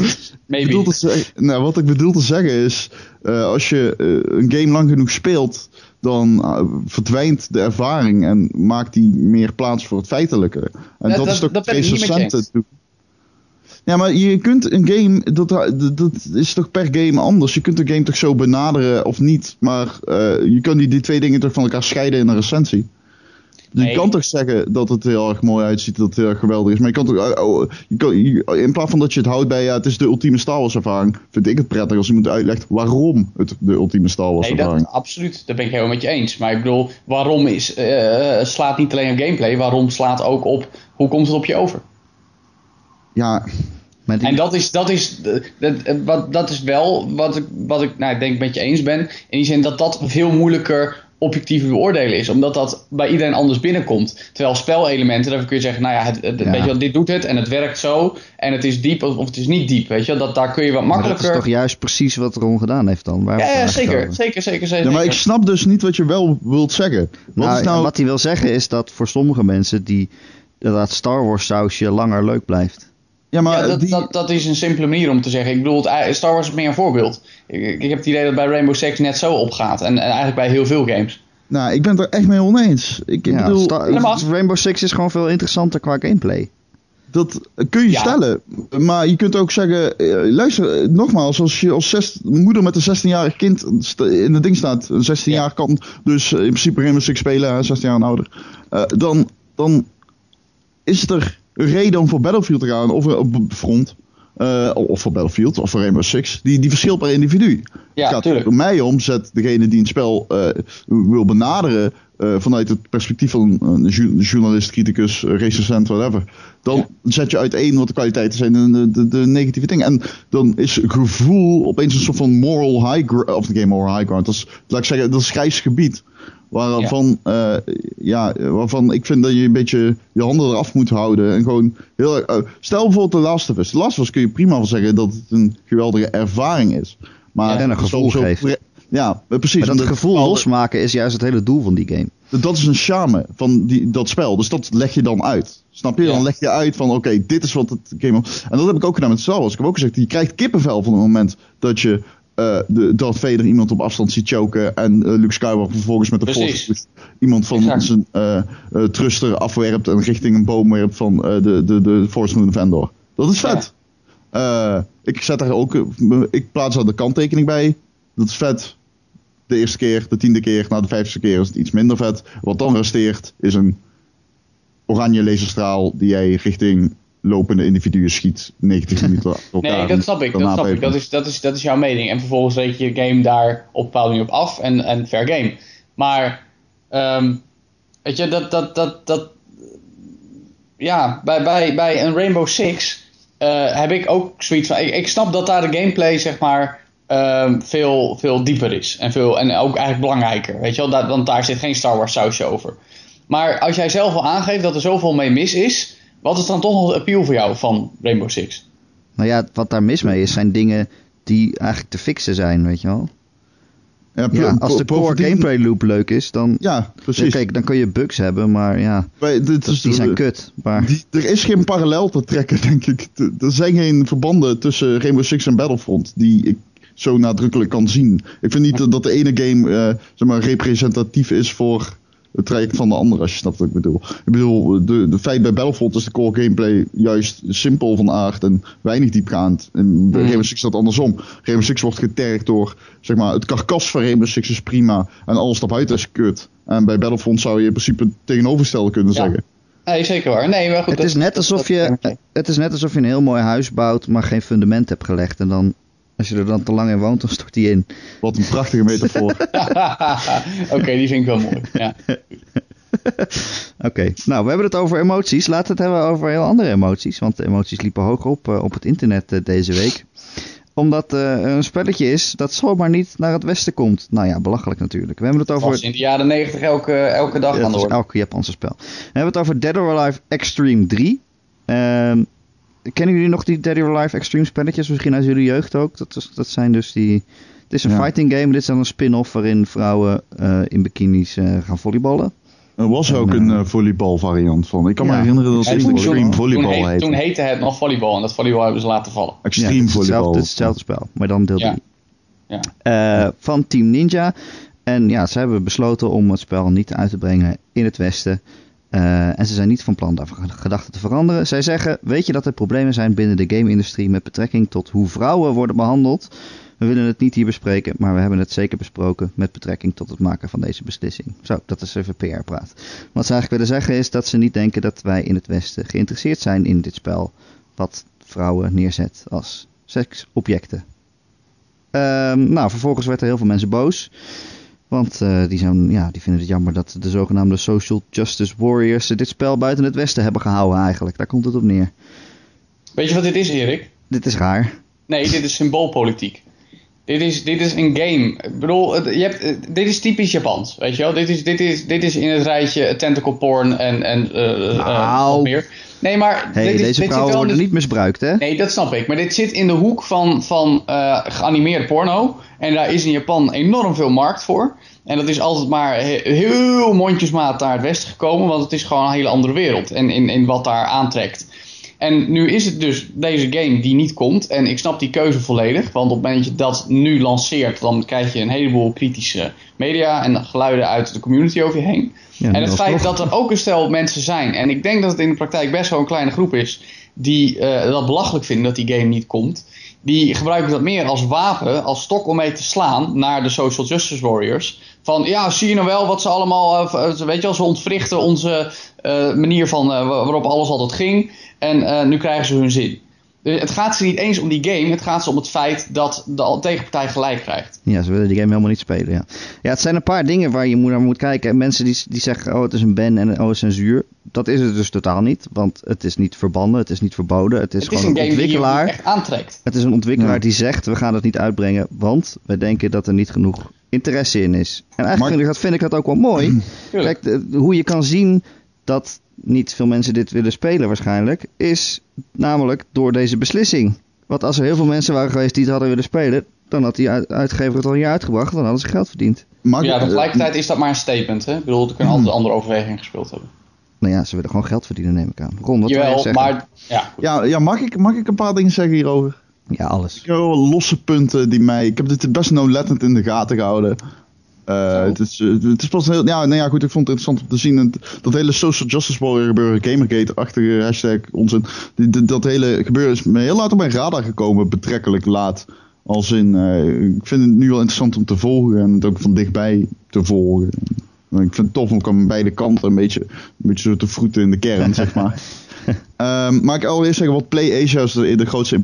B: Wat ik bedoel te zeggen is, als je een game lang genoeg speelt, dan verdwijnt de ervaring en maakt die meer plaats voor het feitelijke. En dat is toch het recente. Ja, maar je kunt een game, dat is toch per game anders. Je kunt een game toch zo benaderen of niet, maar je kan die 2 dingen toch van elkaar scheiden in een recensie. Dus je kan toch zeggen dat het heel erg mooi uitziet, dat het heel erg geweldig is. Maar je kan toch, in plaats van dat je het houdt bij, het is de ultieme Star Wars ervaring, vind ik het prettig als iemand uitlegt waarom het de ultieme Star Wars ervaring.
C: Absoluut, daar ben ik helemaal met je eens. Maar ik bedoel, waarom slaat niet alleen op gameplay, waarom slaat ook op, hoe komt het op je over?
B: Ja.
C: En dat is wel wat ik denk met je eens ben. In die zin dat veel moeilijker objectief beoordelen is. Omdat dat bij iedereen anders binnenkomt. Terwijl spelelementen, daarvoor kun je zeggen, nou ja, weet je wel, dit doet het en het werkt zo. En het is diep of het is niet diep, weet je wel. Daar kun je wat makkelijker...
A: Maar dat is toch juist precies wat Ron gedaan heeft dan?
C: Ja, zeker.
B: Ja, maar ik snap dus niet wat je wel wilt zeggen.
A: Wat hij wil zeggen is dat voor sommige mensen dat Star Wars sausje langer leuk blijft.
B: Ja, maar
C: dat is een simpele manier om te zeggen. Ik bedoel, Star Wars is meer een voorbeeld. Ik heb het idee dat bij Rainbow Six net zo opgaat. En eigenlijk bij heel veel games.
B: Nou, ik ben het er echt mee oneens. Ik bedoel,
A: Rainbow Six is gewoon veel interessanter qua gameplay.
B: Dat kun je stellen. Maar je kunt ook zeggen, luister, nogmaals, als je als moeder met een 16-jarig kind in het ding staat, een 16-jarig kan dus in principe Rainbow Six spelen, 16 jaar en ouder, dan is er een reden om voor Battlefield te gaan, of op front, of voor Battlefield, of voor Rainbow Six, die verschilt per individu.
C: Ja,
B: het gaat er mij om, zet degene die een spel wil benaderen vanuit het perspectief van een journalist, criticus, recensent, whatever. Dan zet je uiteen wat de kwaliteiten zijn en de negatieve dingen. En dan is gevoel opeens een soort van moral high ground, of geen moral high ground, laat ik zeggen, dat is grijs gebied. Waarvan ik vind dat je een beetje je handen eraf moet houden. En gewoon stel bijvoorbeeld The Last of Us. The Last of Us kun je prima van zeggen dat het een geweldige ervaring is. Maar
A: en een gevoel geeft.
B: Ja, precies.
A: Maar dat gevoel losmaken is juist het hele doel van die game.
B: Dat is een charme van dat spel. Dus dat leg je dan uit. Snap je? Dan leg je uit van oké, dit is wat het game is. En dat heb ik ook gedaan met Star Wars. Ik heb ook gezegd, je krijgt kippenvel van het moment dat je Darth Vader iemand op afstand ziet choken en Luke Skywalker vervolgens met de Force iemand van zijn thruster afwerpt en richting een boom werpt van de Force Moon of Endor. Dat is vet. Ja. Ik plaats daar de kanttekening bij. Dat is vet. De eerste keer, de 10e keer, na de 50e keer is het iets minder vet. Wat dan resteert is een oranje laserstraal die jij richting lopende individuen schiet 90 minuten elkaar.
C: Nee, dat snap ik. Dat is jouw mening. En vervolgens reed je game daar op een bepaalde manier op af en fair game. Maar weet je, bij een Rainbow Six heb ik ook zoiets van... Ik snap dat daar de gameplay, zeg maar, veel dieper is. En ook eigenlijk belangrijker. Weet je wel? Want daar zit geen Star Wars sausje over. Maar als jij zelf al aangeeft dat er zoveel mee mis is, wat is dan toch nog het appeal voor jou van Rainbow Six?
A: Nou ja, wat daar mis mee is, zijn dingen die eigenlijk te fixen zijn, weet je wel. Ja, als de core gameplay loop leuk is, dan...
B: Ja, precies.
A: Kijk, dan kun je bugs hebben, maar ja, die zijn kut. Maar...
B: Er is geen parallel te trekken, denk ik. Er zijn geen verbanden tussen Rainbow Six en Battlefront die ik zo nadrukkelijk kan zien. Ik vind niet dat de ene game representatief is voor het traject van de andere, als je snapt wat ik bedoel. Ik bedoel, de feit bij Battlefront is de core gameplay juist simpel van aard en weinig diepgaand. En bij Rainbow Six is dat andersom. Rainbow Six wordt getergd door, zeg maar, het karkas van Rainbow Six is prima en alles daarbuiten is kut. En bij Battlefront zou je in principe het tegenovergestelde kunnen zeggen.
C: Nee, zeker waar. Nee, maar goed,
A: het is net alsof je een heel mooi huis bouwt, maar geen fundament hebt gelegd. En dan, als je er dan te lang in woont, dan stort die in.
B: Wat een prachtige metafoor.
C: Oké, die vind ik wel mooi. Ja.
A: Oké, nou, we hebben het over emoties. Laten we het hebben over heel andere emoties. Want de emoties liepen hoog op het internet deze week. Omdat een spelletje is dat zomaar niet naar het westen komt. Nou ja, belachelijk natuurlijk. We hebben het over...
C: Dat was in de jaren 90 elke dag aan de orde.
A: Elke Japanse spel. We hebben het over Dead or Alive Extreme 3. Kennen jullie nog die Dead or Alive Extreme spelletjes? Misschien uit jullie jeugd ook. Dat zijn dus die... Het is een fighting game. Dit is dan een spin-off waarin vrouwen in bikinis gaan volleyballen.
B: Er was ook een volleybalvariant van. Ik kan me herinneren dat het Extreme Volleybal heette.
C: Toen heette het nog volleybal en dat volleybal hebben ze laten vallen.
B: Extreme Volleybal.
A: Het is hetzelfde spel, maar dan deel 3.
C: Ja.
A: Van Team Ninja. En ja, ze hebben besloten om het spel niet uit te brengen in het westen. En ze zijn niet van plan daar gedachten te veranderen. Zij zeggen, weet je dat er problemen zijn binnen de game-industrie met betrekking tot hoe vrouwen worden behandeld? We willen het niet hier bespreken, maar we hebben het zeker besproken met betrekking tot het maken van deze beslissing. Zo, dat is even PR-praat. Wat ze eigenlijk willen zeggen is dat ze niet denken dat wij in het Westen geïnteresseerd zijn in dit spel, wat vrouwen neerzet als seksobjecten. Nou, vervolgens werden heel veel mensen boos. Want die vinden het jammer dat de zogenaamde Social Justice Warriors dit spel buiten het Westen hebben gehouden eigenlijk. Daar komt het op neer.
C: Weet je wat dit is, Erik?
A: Dit is raar.
C: Nee, dit is symboolpolitiek. Dit is een game. Ik bedoel, dit is typisch Japans, weet je wel? Dit is in het rijtje tentacle porn en nog meer. Nee, maar
A: deze vrouwen worden niet misbruikt, hè?
C: Nee, dat snap ik. Maar dit zit in de hoek van geanimeerde porno. En daar is in Japan enorm veel markt voor. En dat is altijd maar heel mondjesmaat naar het westen gekomen. Want het is gewoon een hele andere wereld. En in wat daar aantrekt. En nu is het dus deze game die niet komt. En ik snap die keuze volledig. Want op het moment dat je dat nu lanceert, dan krijg je een heleboel kritische media en geluiden uit de community over je heen. Ja, en het feit dat er ook een stel mensen zijn. En ik denk dat het in de praktijk best wel een kleine groep is die dat belachelijk vinden dat die game niet komt. Die gebruiken dat meer als wapen, als stok om mee te slaan naar de Social Justice Warriors. Van ja, zie je nou wel wat ze allemaal, weet je wel, ze ontwrichten onze manier van waarop alles altijd ging. En nu krijgen ze hun zin. Dus het gaat ze niet eens om die game. Het gaat ze om het feit dat de tegenpartij gelijk krijgt.
A: Ja, ze willen die game helemaal niet spelen. Ja, het zijn een paar dingen waar je naar moet kijken. En mensen die zeggen, oh het is een ban en censuur. Dat is het dus totaal niet. Want het is niet verbannen, het is niet verboden. Het is gewoon een ontwikkelaar.
C: Die je echt aantrekt.
A: Het is een ontwikkelaar die zegt, we gaan het niet uitbrengen. Want wij denken dat er niet genoeg interesse in is. En eigenlijk vind ik dat ook wel mooi. Kijk, hoe je kan zien dat niet veel mensen dit willen spelen waarschijnlijk, is namelijk door deze beslissing. Want als er heel veel mensen waren geweest die het hadden willen spelen, dan had die uitgever het al een jaar uitgebracht, dan hadden ze geld verdiend.
C: Tegelijkertijd is dat maar een statement, hè? Ik bedoel, er kunnen altijd andere overwegingen gespeeld hebben.
A: Nou ja, ze willen gewoon geld verdienen, neem ik aan. Ron, wat wil je zeggen?
C: Maar
B: ja, mag ik een paar dingen zeggen hierover?
A: Ja, alles.
B: Ik heb wel losse punten die mij... Ik heb dit best nauwlettend in de gaten gehouden. Het is pas heel... Ja, goed, ik vond het interessant om te zien. Dat hele Social Justice Warrior gebeuren, Gamergate-achtige hashtag onzin. Dat hele gebeuren is me heel laat op mijn radar gekomen, betrekkelijk laat. Als in, ik vind het nu wel interessant om te volgen en het ook van dichtbij te volgen. Ik vind het tof om aan beide kanten een beetje zo te vroeten in de kern, zeg maar. Maar ik wil eerst zeggen, wat PlayAsia is de grootste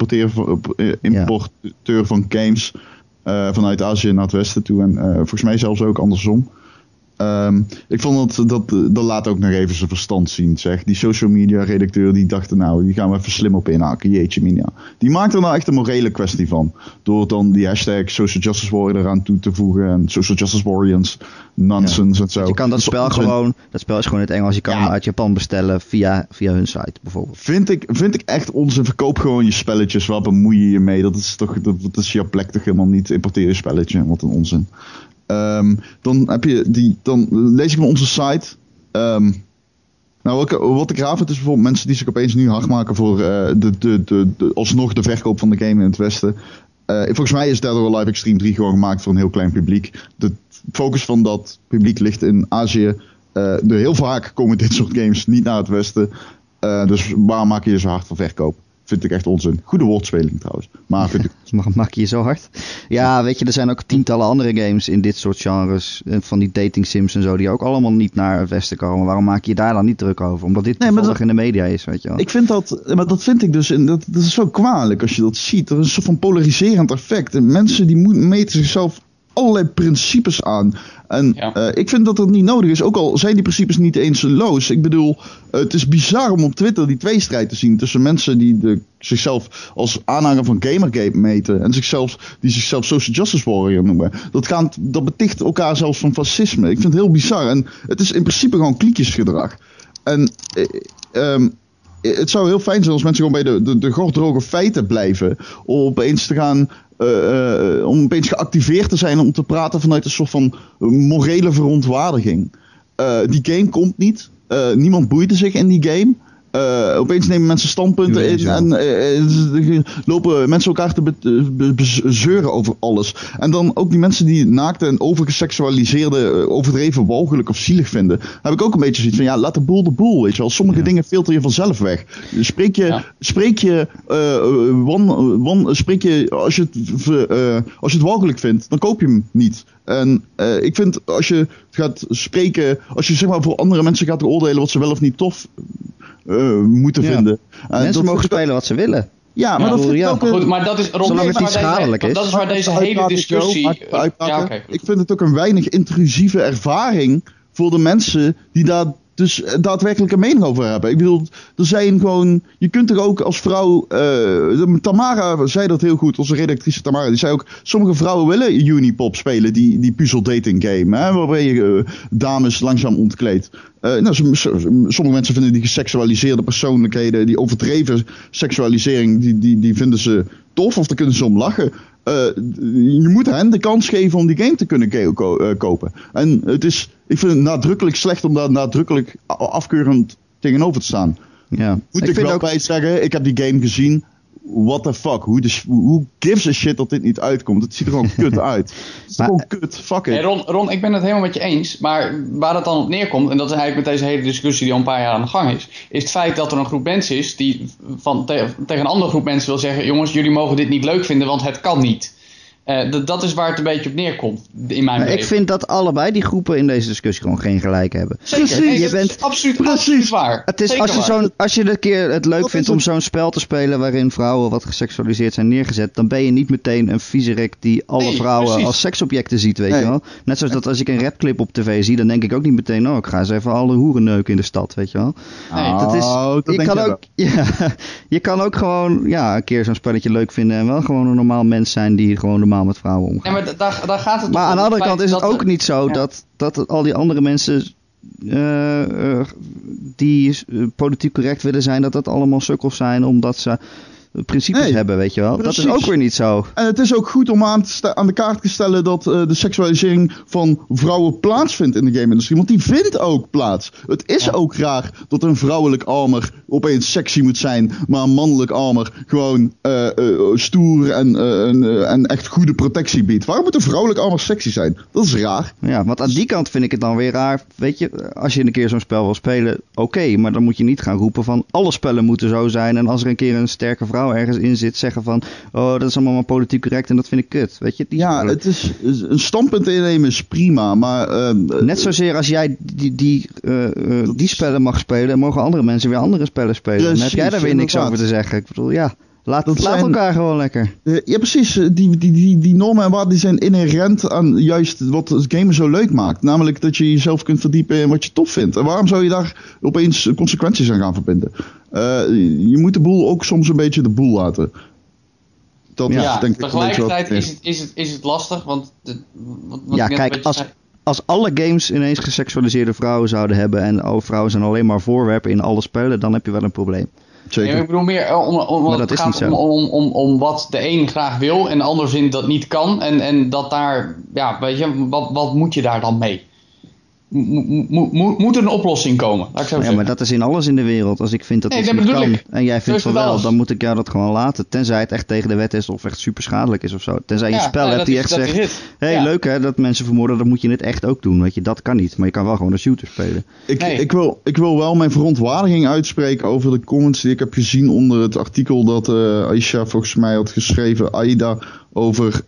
B: importeur van games vanuit Azië naar het westen toe. En volgens mij zelfs ook andersom. Ik vond dat laat ook nog even zijn verstand zien, zeg. Die social media redacteur die dachten nou, die gaan we even slim op inhaken. Jeetje mina. Die maakt er nou echt een morele kwestie van. Door dan die hashtag Social Justice Warrior eraan toe te voegen. En Social Justice Warriors nonsense en zo.
A: Je kan dat spel gewoon, dat spel is gewoon in het Engels. Je kan hem uit Japan bestellen via hun site bijvoorbeeld.
B: Vind ik echt onzin. Verkoop gewoon je spelletjes. Waar bemoei je je mee? Dat is toch, dat is jouw plek toch helemaal niet. Importeer je spelletje. Wat een onzin. Dan lees ik op onze site. Wat ik raar vind is bijvoorbeeld mensen die zich opeens nu hard maken voor alsnog de verkoop van de game in het Westen. Volgens mij is Dead or Alive Extreme 3 gewoon gemaakt voor een heel klein publiek. De focus van dat publiek ligt in Azië. Heel vaak komen dit soort games niet naar het Westen. Dus waarom maak je je zo hard voor verkoop? Vind ik echt onzin. Goede woordspeling trouwens. Maar vind ik...
A: Maak je je zo hard? Ja, weet je, er zijn ook tientallen andere games in dit soort genres. Van die dating sims en zo. Die ook allemaal niet naar het Westen komen. Waarom maak je daar dan niet druk over? Omdat dit toevallig in de media is, weet je wel.
B: Ik vind dat vind ik dus... Dat is zo kwalijk als je dat ziet. Er is een soort van polariserend effect. En mensen die meten zichzelf allerlei principes aan. En ik vind dat dat niet nodig is. Ook al zijn die principes niet eens loos. Ik bedoel, het is bizar om op Twitter die tweestrijd te zien tussen mensen die zichzelf als aanhanger van Gamergate meten en die zichzelf Social Justice Warrior noemen. Dat beticht elkaar zelfs van fascisme. Ik vind het heel bizar. En het is in principe gewoon kliekjesgedrag. En het zou heel fijn zijn als mensen gewoon bij de gordroge feiten blijven. Om opeens te gaan... om opeens geactiveerd te zijn om te praten vanuit een soort van morele verontwaardiging. Die game komt niet. Niemand boeide zich in die game. Opeens nemen mensen standpunten in en lopen mensen elkaar te bezeuren over alles. En dan ook die mensen die naakte en overgeseksualiseerde, overdreven walgelijk of zielig vinden. Heb ik ook een beetje zoiets van, laat de boel, weet je wel. Sommige dingen filter je vanzelf weg. Spreek je als je het walgelijk vindt, dan koop je hem niet. En ik vind als je gaat spreken, als je zeg maar voor andere mensen gaat oordelen wat ze wel of niet tof moeten vinden.
A: Mensen mogen spelen wat ze willen.
B: Ja, maar dat vind ik ook...
C: Goed, maar dat is,
A: zolang het niet schadelijk is.
C: Dat is waar deze hele discussie...
B: Ik vind het ook een weinig intrusieve ervaring voor de mensen die daar dus daadwerkelijk een mening over hebben. Ik bedoel, er zijn gewoon... Je kunt er ook als vrouw... Tamara zei dat heel goed, onze redactrice Tamara. Die zei ook, sommige vrouwen willen Unipop spelen, die puzzel dating game. Hè, waarbij je dames langzaam ontkleedt. Sommige mensen vinden die geseksualiseerde persoonlijkheden, die overdreven seksualisering, die vinden ze tof of daar kunnen ze om lachen. Je moet hen de kans geven om die game te kunnen kopen. En ik vind het nadrukkelijk slecht om daar nadrukkelijk afkeurend tegenover te staan.
A: Ja.
B: Moet ik wel ook bij zeggen, ik heb die game gezien. What the fuck? Who gives a shit dat dit niet uitkomt? Het ziet er gewoon kut uit. Het is gewoon kut. Fuck it.
C: Hey Ron, ik ben het helemaal met je eens. Maar waar het dan op neerkomt, en dat is eigenlijk met deze hele discussie die al een paar jaar aan de gang is het feit dat er een groep mensen is die tegen een andere groep mensen wil zeggen, jongens, jullie mogen dit niet leuk vinden, want het kan niet. Dat is waar het een beetje op neerkomt, in mijn beleving.
A: Ik vind dat allebei die groepen in deze discussie gewoon geen gelijk hebben.
C: Zeker, nee, dat is absoluut waar.
A: Het is, als je een keer het leuk vindt om zo'n spel te spelen waarin vrouwen wat geseksualiseerd zijn neergezet, dan ben je niet meteen een viezerik die alle vrouwen als seksobjecten ziet, weet je wel. Net zoals dat als ik een rapclip op tv zie, dan denk ik ook niet meteen, ik ga eens even alle hoeren neuken in de stad, weet je wel. Je kan ook gewoon een keer zo'n spelletje leuk vinden en wel gewoon een normaal mens zijn die gewoon normaal met vrouwen omgaan.
C: Ja, maar daar gaat het. Maar
A: aan de andere kant is het ook niet zo dat al die andere mensen die politiek correct willen zijn, dat allemaal sukkels zijn omdat ze principes hebben, weet je wel. Precies. Dat is ook weer niet zo.
B: En het is ook goed om aan de kaart te stellen dat de seksualisering van vrouwen plaatsvindt in de game-industrie. Want die vindt ook plaats. Het is ook raar dat een vrouwelijk armor opeens sexy moet zijn, maar een mannelijk armor gewoon stoer en echt goede protectie biedt. Waarom moet een vrouwelijk armor sexy zijn? Dat is raar.
A: Ja, want aan die kant vind ik het dan weer raar. Weet je, als je een keer zo'n spel wil spelen, oké, maar dan moet je niet gaan roepen van alle spellen moeten zo zijn en als er een keer een sterke vrouw ergens in zit, zeggen van dat is allemaal maar politiek correct en dat vind ik kut. Weet je?
B: Het is een standpunt innemen is prima, maar
A: net zozeer als jij die spellen mag spelen, mogen andere mensen weer andere spellen spelen. Dan heb jij daar weer niks over te zeggen. Ik bedoel, dat Laat elkaar gewoon lekker.
B: Ja, precies. Die normen en waarden die zijn inherent aan juist wat het gamen zo leuk maakt. Namelijk dat je jezelf kunt verdiepen in wat je tof vindt. En waarom zou je daar opeens consequenties aan gaan verbinden? Je moet de boel ook soms een beetje de boel laten. Dat is, denk ik,
C: tegelijkertijd is het lastig, want...
A: kijk, als alle games ineens geseksualiseerde vrouwen zouden hebben en vrouwen zijn alleen maar voorwerpen in alle spellen, dan heb je wel een probleem.
C: Zeker. Ja, ik bedoel meer het gaat om wat de een graag wil en de ander vindt dat niet kan. En dat daar, weet je, wat moet je daar dan mee? Moet er een oplossing komen? Laat ik zo zeggen.
A: Maar dat is in alles in de wereld. Als ik vind dat iets niet kan en jij vindt van wel, dan moet ik jou dat gewoon laten. Tenzij het echt tegen de wet is of echt super schadelijk is of zo. Tenzij je een spel hebt die echt zegt, leuk hè, dat mensen vermoorden, dan moet je het echt ook doen. Weet je, dat kan niet. Maar je kan wel gewoon een shooter spelen.
B: Ik wil wel mijn verontwaardiging uitspreken over de comments die ik heb gezien onder het artikel dat Aisha volgens mij had geschreven. Aida over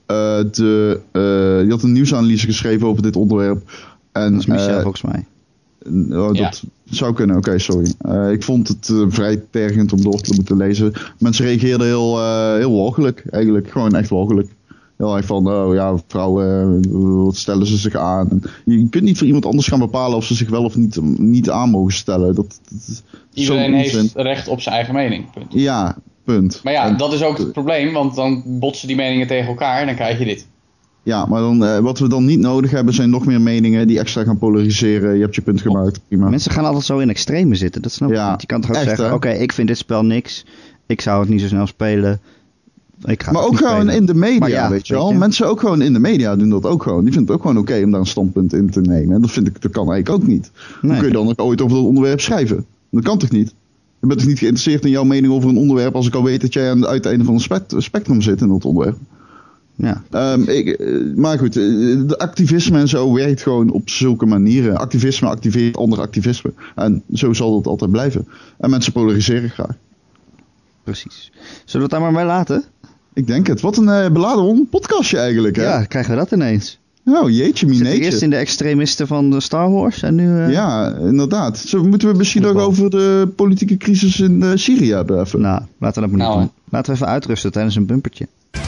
B: die had een nieuwsanalyse geschreven over dit onderwerp. En,
A: dat is Michel volgens mij.
B: Dat zou kunnen, oké, sorry. Ik vond het vrij tergend om door te moeten lezen. Mensen reageerden heel walgelijk, eigenlijk. Gewoon echt walgelijk. Heel erg van, vrouwen, wat stellen ze zich aan? En je kunt niet voor iemand anders gaan bepalen of ze zich wel of niet aan mogen stellen.
C: Iedereen heeft recht op zijn eigen mening. Punt.
B: Ja, punt.
C: Maar dat is ook het probleem, want dan botsen die meningen tegen elkaar en dan krijg je dit.
B: Ja, maar dan, wat we dan niet nodig hebben zijn nog meer meningen die extra gaan polariseren. Je hebt je punt gemaakt, prima.
A: Mensen gaan altijd zo in extreme zitten, dat snap ik niet. Je kan toch ook zeggen, oké, ik vind dit spel niks. Ik zou het niet zo snel spelen.
B: Maar ook gewoon in de media, weet je wel. Mensen ook gewoon in de media doen dat ook gewoon. Die vinden het ook gewoon oké om daar een standpunt in te nemen. En dat kan eigenlijk ook niet. Nee. Dan kun je dan ook ooit over dat onderwerp schrijven. Dat kan toch niet? Je bent toch niet geïnteresseerd in jouw mening over een onderwerp als ik al weet dat jij aan het uiteinde van het spectrum zit in dat onderwerp.
A: Ja.
B: Maar goed, de activisme en zo werkt gewoon op zulke manieren. Activisme activeert ander activisme. En zo zal dat altijd blijven. En mensen polariseren graag.
A: Precies. Zullen we het daar maar mee laten?
B: Ik denk het. Wat een beladen podcastje eigenlijk, hè?
A: Ja, krijgen we dat ineens.
B: Oh, jeetje mineetje.
A: Eerst in de extremisten van de Star Wars en nu...
B: Ja, inderdaad. Moeten we misschien nog over de politieke crisis in Syrië hebben even?
A: Nou, laten we dat maar niet doen. Laten we even uitrusten tijdens een bumpertje.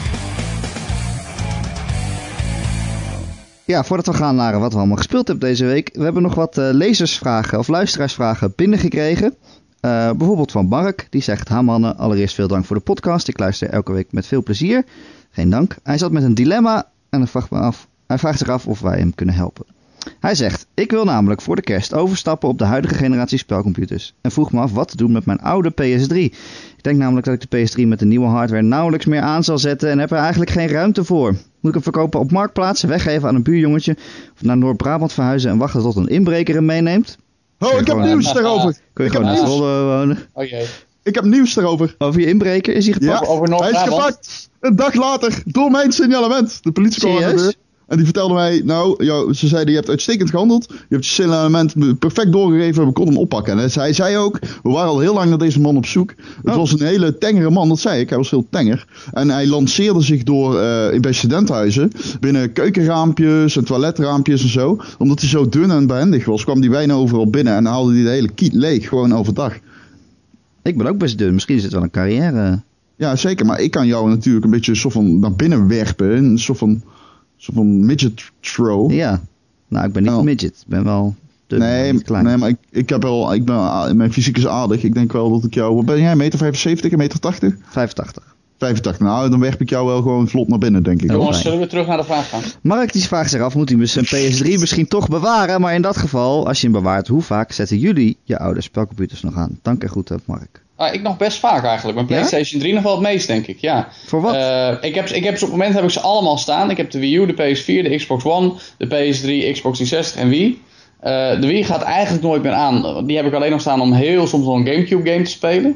A: Ja, voordat we gaan naar wat we allemaal gespeeld hebben deze week. We hebben nog wat lezersvragen of luisteraarsvragen binnengekregen. Bijvoorbeeld van Mark, die zegt: ha mannen, allereerst veel dank voor de podcast. Ik luister elke week met veel plezier. Geen dank. Hij zat met een dilemma en hij vraagt zich af of wij hem kunnen helpen. Hij zegt: ik wil namelijk voor de kerst overstappen op de huidige generatie spelcomputers. En vroeg me af wat te doen met mijn oude PS3. Ik denk namelijk dat ik de PS3 met de nieuwe hardware nauwelijks meer aan zal zetten en heb er eigenlijk geen ruimte voor. Moet ik hem verkopen op marktplaatsen, weggeven aan een buurjongetje, of naar Noord-Brabant verhuizen en wachten tot een inbreker hem meeneemt?
B: Oh, ik heb nieuws daarover.
A: Kun je gewoon in Zwolle wonen?
C: Oh jee.
B: Ik heb nieuws daarover.
A: Over je inbreker? Is hij gepakt?
C: Ja, over
B: hij is gepakt. Een dag later, door mijn signalement. De politie kwam aan de deur. En die vertelde mij, ze zeiden, je hebt uitstekend gehandeld. Je hebt je signalement perfect doorgegeven. We konden hem oppakken. En hij zei ook, we waren al heel lang naar deze man op zoek. Het was een hele tengere man, dat zei ik. Hij was heel tenger. En hij lanceerde zich door bij studentenhuizen. Binnen keukenraampjes en toiletraampjes en zo. Omdat hij zo dun en behendig was, kwam hij bijna overal binnen. En haalde hij de hele kiet leeg, gewoon overdag.
A: Ik ben ook best dun. Misschien is het wel een carrière.
B: Ja, zeker. Maar ik kan jou natuurlijk een beetje een soort van naar binnen werpen. Een soort van midget throw.
A: Ja. Nou, ik ben niet midget. Ik ben wel klein.
B: Nee, maar mijn fysiek is aardig. Ik denk wel dat ik jou... Wat ben jij? 1,75 meter, 1,80 meter? 85. Nou, dan werp ik jou wel gewoon vlot naar binnen, denk ik.
C: Jongens, zullen we terug naar de vraag gaan?
A: Mark die vraagt zich af, moet hij zijn PS3 misschien toch bewaren? Maar in dat geval, als je hem bewaart, hoe vaak zetten jullie je oude spelcomputers nog aan? Dank en groeten, Mark.
C: Ik nog best vaak eigenlijk. Mijn PlayStation 3 nog wel het meest, denk ik. Ja.
A: Voor wat?
C: Ik heb ze op het moment heb ik ze allemaal staan. Ik heb de Wii U, de PS4, de Xbox One, de PS3, Xbox 360 en Wii. De Wii gaat eigenlijk nooit meer aan. Die heb ik alleen nog staan om heel soms nog een Gamecube game te spelen.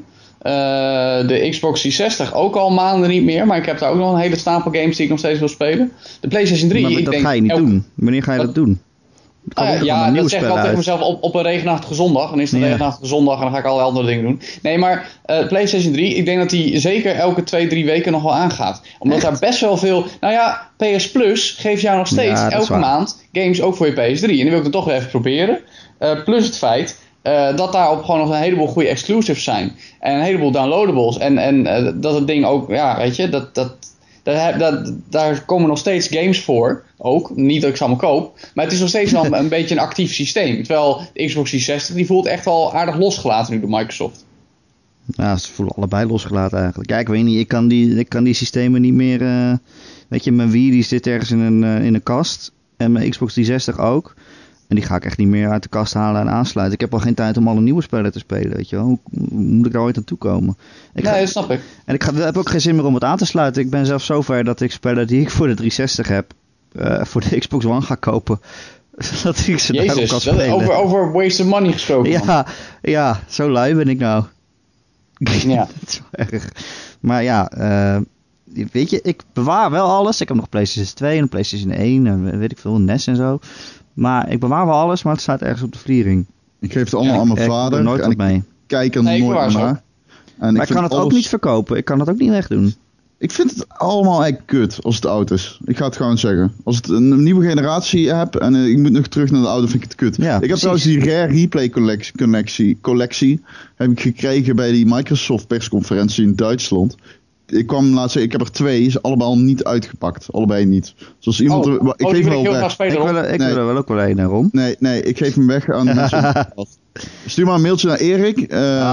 C: De Xbox 360 ook al maanden niet meer. Maar ik heb daar ook nog een hele stapel games die ik nog steeds wil spelen. De PlayStation 3...
A: Maar dat ga je niet doen. Wanneer ga je dat doen?
C: Ja, dat zeg ik al tegen mezelf op een regenachtige zondag. Dan is het een regenachtige zondag en dan ga ik allerlei andere dingen doen. Nee, maar PlayStation 3, ik denk dat die zeker elke 2-3 weken nog wel aangaat. Omdat daar best wel veel... Nou ja, PS Plus geeft jou nog steeds elke maand games ook voor je PS3. En die wil ik dan toch weer even proberen. Plus het feit... dat daarop gewoon nog een heleboel goede exclusives zijn. En een heleboel downloadables. En dat het ding ook, ja, weet je, daar komen nog steeds games voor. Ook, niet dat ik ze allemaal koop. Maar het is nog steeds wel een beetje een actief systeem. Terwijl de Xbox 360, die voelt echt wel aardig losgelaten nu door Microsoft.
A: Ja, ze voelen allebei losgelaten eigenlijk. Ja, ik weet niet, ik kan die systemen niet meer... weet je, mijn Wii die zit ergens in een kast. En mijn Xbox 360 ook. En die ga ik echt niet meer uit de kast halen en aansluiten. Ik heb al geen tijd om alle nieuwe spellen te spelen, weet je wel. Hoe moet ik daar ooit aan toe komen?
C: Dat snap ik.
A: En ik heb ook geen zin meer om het aan te sluiten. Ik ben zelfs zover dat ik spellen die ik voor de 360 heb... voor de Xbox One ga kopen. Dat ik ze daarop kan spelen.
C: Over waste of money gesproken.
A: Ja, zo lui ben ik nou.
C: Ja.
A: Dat is wel erg. Maar ja, weet je, ik bewaar wel alles. Ik heb nog een PlayStation 2 en een PlayStation 1 en weet ik veel, een NES en zo. Maar ik bewaar wel alles, maar het staat ergens op de vliering.
B: Ik geef het allemaal aan mijn vader.
A: Ik nooit
B: en
A: wat mee.
B: Kijk er nooit naar.
A: Maar ik kan het ook niet verkopen. Ik kan het ook niet wegdoen.
B: Ik vind het allemaal eigenlijk kut als het oud is. Ik ga het gewoon zeggen. Als het een nieuwe generatie heb en ik moet nog terug naar de oude, vind ik het kut.
A: Ja,
B: ik heb trouwens die Rare Replay collectie heb ik gekregen bij die Microsoft persconferentie in Duitsland. Ik kwam laatst zeggen, ik heb er 2, ze allemaal niet uitgepakt. Allebei niet. Zoals iemand ik geef hem wel weg.
A: Ik wil er wel ook wel een, Ron.
B: Nee, ik geef hem weg aan mensen. Stuur maar een mailtje naar Erik.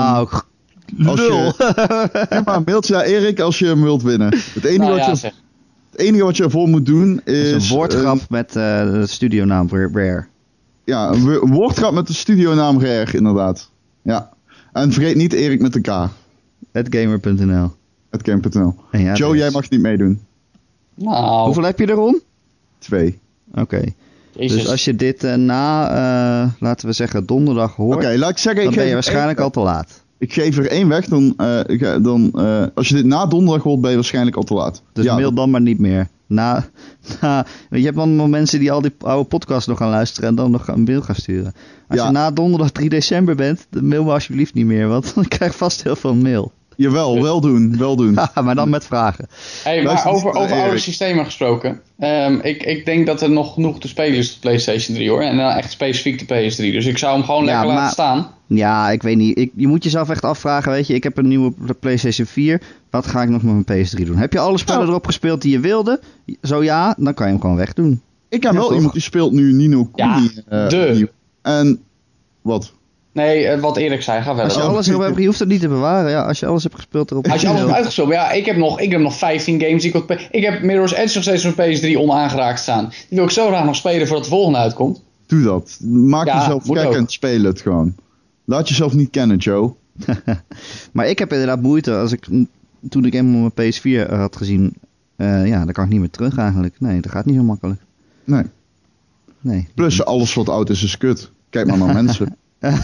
B: Stuur maar een mailtje naar Erik als je hem wilt winnen. Het enige wat je ervoor moet doen is...
A: een woordgrap met de studionaam Rare.
B: Ja, een woordgrap met de studionaam Rare, inderdaad. Ja. En vergeet niet Erik met de K.
A: @gamer.nl.
B: @gamer.nl. Ja, Joe, jij mag niet meedoen.
C: Nou.
A: Hoeveel heb je er, Ron?
B: 2.
A: Oké. Dus als je dit laten we zeggen, donderdag hoort...
B: Oké, laat ik zeggen...
A: dan ben je waarschijnlijk al te laat.
B: Ik geef er 1 weg, dan als je dit na donderdag hoort, ben je waarschijnlijk al te laat.
A: Dus mail dan maar niet meer. Je hebt dan nog mensen die al die oude podcasts nog gaan luisteren en dan nog een mail gaan sturen. Als je na donderdag 3 december bent, dan mail me alsjeblieft niet meer, want dan krijg je vast heel veel mail.
B: Jawel, wel doen.
A: Maar dan met vragen.
C: Hey, maar over oude systemen gesproken. Ik denk dat er nog genoeg te spelen is op PlayStation 3 hoor. En dan echt specifiek de PS3. Dus ik zou hem gewoon lekker laten staan. Ja,
A: ik weet niet. Je moet jezelf echt afvragen, weet je. Ik heb een nieuwe PlayStation 4. Wat ga ik nog met mijn PS3 doen? Heb je alle spellen erop gespeeld die je wilde? Zo ja, dan kan je hem gewoon wegdoen.
B: Ik heb wel iemand die speelt nu Nino Kuni. En wat?
C: Nee, wat Erik zei, ga verder.
A: Als je alles erop hebt, je hoeft het niet te bewaren. Ja, als je alles hebt gespeeld erop.
C: Als je alles hebt uitgespeeld. Ja, ik heb nog 15 games. Ik heb Mirror's Edge nog steeds op PS3 onaangeraakt staan. Die wil ik zo graag nog spelen voordat de volgende uitkomt.
B: Doe dat. Maak jezelf gek en speel het gewoon. Laat jezelf niet kennen, Joe.
A: Maar ik heb inderdaad moeite. Toen ik eenmaal mijn PS4 had gezien... dan kan ik niet meer terug eigenlijk. Nee, dat gaat niet zo makkelijk. Nee.
B: Plus alles wat oud is kut. Kijk maar naar mensen.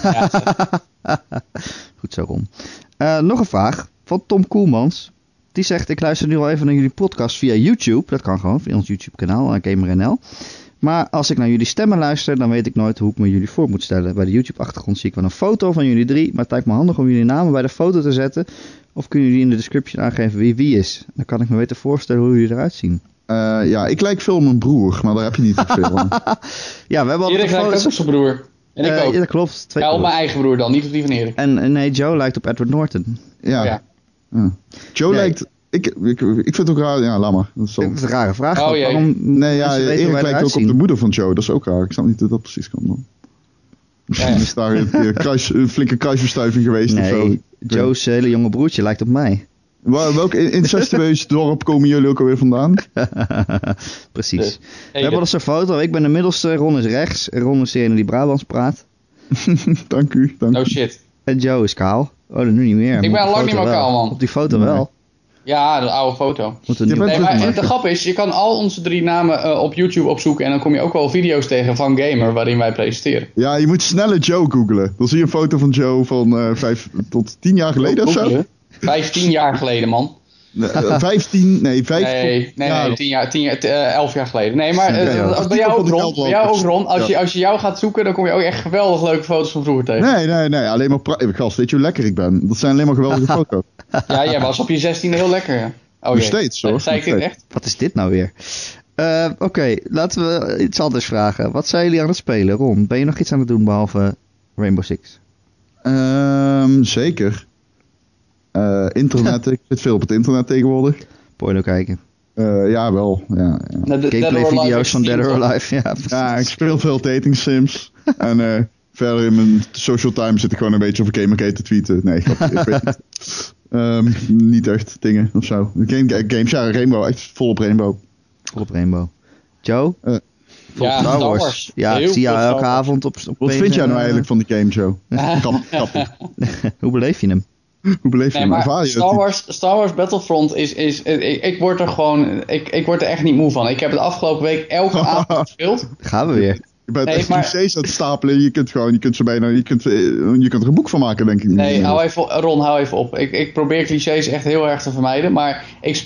A: Goed zo, Ron. Nog een vraag van Tom Koelmans. Die zegt, ik luister nu al even naar jullie podcast via YouTube. Dat kan gewoon, via ons YouTube kanaal, GamerNL. Maar als ik naar jullie stemmen luister, dan weet ik nooit hoe ik me jullie voor moet stellen. Bij de YouTube achtergrond zie ik wel een foto van jullie 3. Maar het lijkt me handig om jullie namen bij de foto te zetten. Of kunnen jullie in de description aangeven wie is? Dan kan ik me beter voorstellen hoe jullie eruit zien.
B: Ik lijk veel op mijn broer, maar daar heb je niet zoveel aan.
C: Ja, we hebben al Erik lijkt ook op zijn broer. En ik ook.
A: Ja, dat klopt.
C: Op mijn eigen broer dan, niet op die van Erik.
A: En nee, Joe lijkt op Edward Norton.
B: Ja. Joe lijkt... Ik vind het ook raar. Ja, laat maar. Dat is Waarom? Nee, Erik lijkt ook op de moeder van Joe. Dat is ook raar. Ik snap niet hoe dat precies kan dan. Misschien is daar een flinke kruisverstuiving geweest.
A: Nee, of zo. Joe's hele jonge broertje lijkt op mij.
B: Welk incestueus dorp komen jullie ook alweer vandaan?
A: Precies. We hebben al eens een foto. Ik ben de middelste, Ron is rechts. Ron is degene die Brabants praat.
B: Dank u.
C: Oh shit.
A: En Joe is kaal. Oh, dat nu niet meer.
C: Ik ben al lang niet meer kaal, man.
A: Op die foto wel.
C: Ja, de oude foto.
A: Maar
C: de grap is, je kan al onze 3 namen op YouTube opzoeken en dan kom je ook wel video's tegen van Gamer waarin wij presenteren.
B: Ja, je moet sneller Joe googlen. Dan zie je een foto van Joe van 5 tot 10 jaar geleden of zo.
C: 15 jaar geleden, man.
B: 15, nee, 5
C: Nee, 11 jaar geleden. Nee, maar bij jou ook, Ron. Als je jou gaat zoeken, dan kom je ook echt geweldig leuke foto's van vroeger tegen.
B: Nee, alleen maar gast, weet je hoe lekker ik ben? Dat zijn alleen maar geweldige foto's.
C: Ja, jij was op je 16e heel lekker, ja.
B: Nog steeds, hoor.
C: Zei ik dit echt?
A: Wat is dit nou weer? Oké, laten we iets anders vragen. Wat zijn jullie aan het spelen, Ron? Ben je nog iets aan het doen behalve Rainbow Six?
B: Zeker. Internet, ik zit veel op het internet tegenwoordig.
A: Porno kijken.
B: Ja, wel. Ja.
A: Gameplay video's van Dead or Alive. Ja,
B: Ja, ik speel veel dating sims. En verder in mijn social time zit ik gewoon een beetje over Gamergate te tweeten. Nee, ik weet niet. Niet echt dingen of zo. Games, ja, Rainbow. Echt volop Rainbow.
A: Volop Rainbow. Joe?
D: Ja,
A: Star Wars. Ja, ik zie jou elke avond op
B: Wat vind jij nou eigenlijk van die game, Joe? Kappig.
A: Hoe beleef je hem?
B: Hoe beleef je hem?
D: Maar Star Wars Battlefront is ik word er gewoon, ik word er echt niet moe van. Ik heb het afgelopen week elke avond gespeeld.
A: Gaan we weer.
B: Je bent echt clichés aan het stapelen. Je kunt er een boek van maken, denk ik.
D: Nee, Ron, hou even op. Ik probeer clichés echt heel erg te vermijden. Maar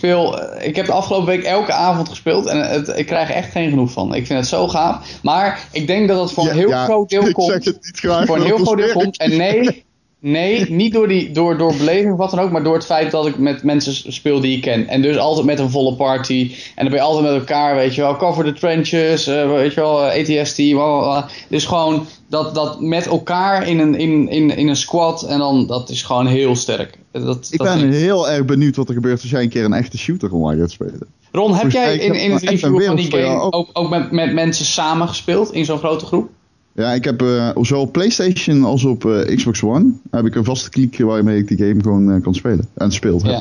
D: ik heb de afgelopen week elke avond gespeeld. En ik krijg er echt geen genoeg van. Ik vind het zo gaaf. Maar ik denk dat het voor een heel groot deel komt.
B: Ik zeg het niet graag.
D: Voor een heel groot deel komt. En nee, niet door beleving of wat dan ook, maar door het feit dat ik met mensen speel die ik ken. En dus altijd met een volle party. En dan ben je altijd met elkaar, weet je wel. Cover the trenches, weet je wel, ATST. Dus gewoon dat met elkaar in een squad. En dan, dat is gewoon heel sterk.
B: Ik ben heel erg benieuwd wat er gebeurt als jij een keer een echte shooter online gaat spelen.
D: Ron, heb jij in het review van die game ook met mensen samen gespeeld in zo'n grote groep?
B: Ja, ik heb zowel op PlayStation als op Xbox One heb ik een vaste kliek waarmee ik die game gewoon kan spelen. En speelt heb.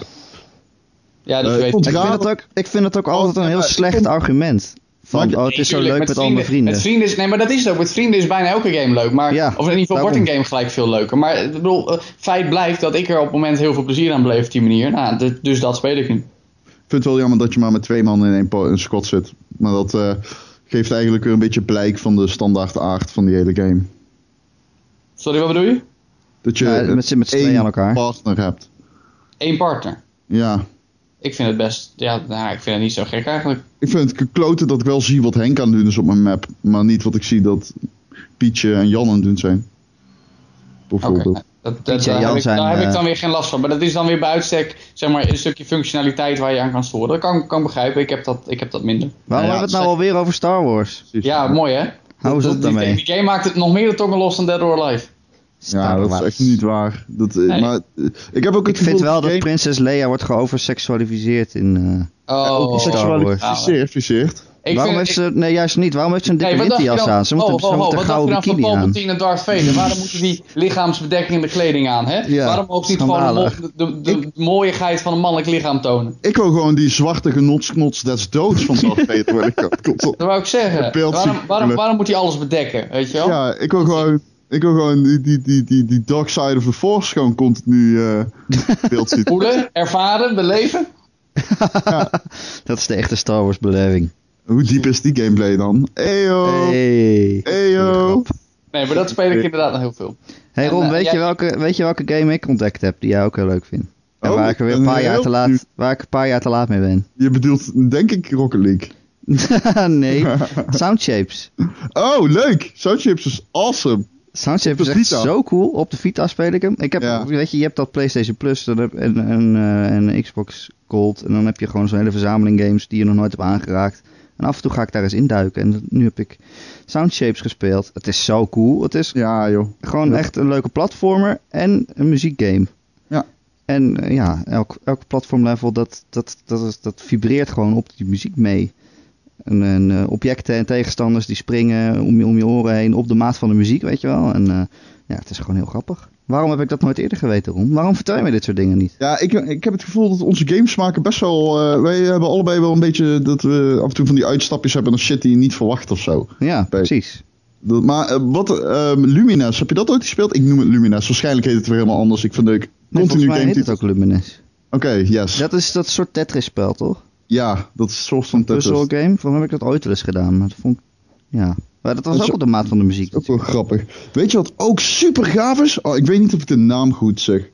D: Ja, dus
A: ik vind het ook altijd een heel slecht argument. Het is zo leuk met al mijn vrienden.
D: Met vrienden is, nee, maar dat is het ook. Met vrienden is bijna elke game leuk. Maar, of in ieder geval wordt een game gelijk veel leuker. Maar ik bedoel, feit blijft dat ik er op het moment heel veel plezier aan beleef op die manier. Nou, dus dat speel ik nu.
B: Ik vind het wel jammer dat je maar met 2 man in een squad zit. Maar dat geeft eigenlijk weer een beetje blijk van de standaard aard van die hele game.
D: Sorry, wat bedoel je?
B: Dat je
A: met z'n tweeën aan elkaar.
B: Partner hebt.
D: 1 partner?
B: Ja.
D: Ik vind het best, ik vind het niet zo gek eigenlijk.
B: Ik vind het kloten dat ik wel zie wat Henk aan het doen is op mijn map. Maar niet wat ik zie dat Pietje en Jan aan het doen zijn. Bijvoorbeeld.
D: Okay. Daar heb ik dan weer geen last van. Maar dat is dan weer bij uitstek zeg maar, een stukje functionaliteit waar je aan kan storen. Dat kan begrijpen. Ik heb dat minder.
A: Waarom hebben we het nou alweer over Star Wars?
D: Ja, mooi hè?
A: Hou eens op daarmee.
D: Die game maakt het nog meer de tongen los dan Dead or Alive.
B: Ja, dat is echt niet waar. Maar ik vind
A: wel dat prinses Leia wordt geoverseksualiseerd in Star Wars. Waarom heeft ze... Nee, juist niet. Waarom heeft ze een dikke winterjas aan? Ze moet een gouden bikini aan.
D: Palpatine en Darth Vader? Waarom moeten die lichaamsbedekkende kleding aan? Hè?
A: Ja,
D: waarom ook niet gewoon de mooiigheid van een mannelijk lichaam tonen?
B: Ik wil gewoon die zwarte genotsknots des doods van Darth Vader.
D: Dat wou ik zeggen. Waarom moet hij alles bedekken? Weet je wel?
B: Ja, ik wil gewoon die dark side of the force gewoon continu beeld zien.
D: Voelen, ervaren, beleven.
B: Ja.
A: Dat is de echte Star Wars beleving.
B: Hoe diep is die gameplay dan? Eyo!
A: Eyo!
D: Nee, maar dat speel ik inderdaad nog heel veel.
A: Hey Ron, weet je welke game ik ontdekt heb die jij ook heel leuk vindt? En waar ik weer een paar jaar te laat mee ben.
B: Je bedoelt, denk ik, Rocket League.
A: Nee, Soundshapes. Oh,
B: leuk! Soundshapes is awesome.
A: Soundshapes is echt zo cool. Op de Vita speel ik hem. Weet je hebt dat PlayStation Plus en Xbox Gold. En dan heb je gewoon zo'n hele verzameling games die je nog nooit hebt aangeraakt. En af en toe ga ik daar eens induiken. En nu heb ik Soundshapes gespeeld. Het is zo cool. Het is gewoon echt een leuke platformer en een muziekgame.
B: Ja.
A: En elk platformlevel dat vibreert gewoon op die muziek mee. En objecten en tegenstanders die springen om je oren heen op de maat van de muziek, weet je wel. En het is gewoon heel grappig. Waarom heb ik dat nooit eerder geweten, Ron? Waarom vertel je me dit soort dingen niet?
B: Ja, ik heb het gevoel dat onze games maken best wel... wij hebben allebei wel een beetje dat we af en toe van die uitstapjes hebben naar shit die je niet verwacht of zo.
A: Ja, precies.
B: Maar Lumines, heb je dat ooit gespeeld? Ik noem het Lumines. Waarschijnlijk heet het weer helemaal anders. Ik vind het
A: volgens mij heet het ook Lumines.
B: Oké, yes.
A: Dat is dat soort Tetris-spel, toch?
B: Ja, dat is een soort van Tetris.
A: Puzzle game. Waarom heb ik dat ooit wel eens gedaan? Maar dat vond ik... Ja. Maar dat was ook op de maat van de muziek.
B: Ook wel grappig. Weet je wat ook super gaaf is? Oh, ik weet niet of ik de naam goed zeg.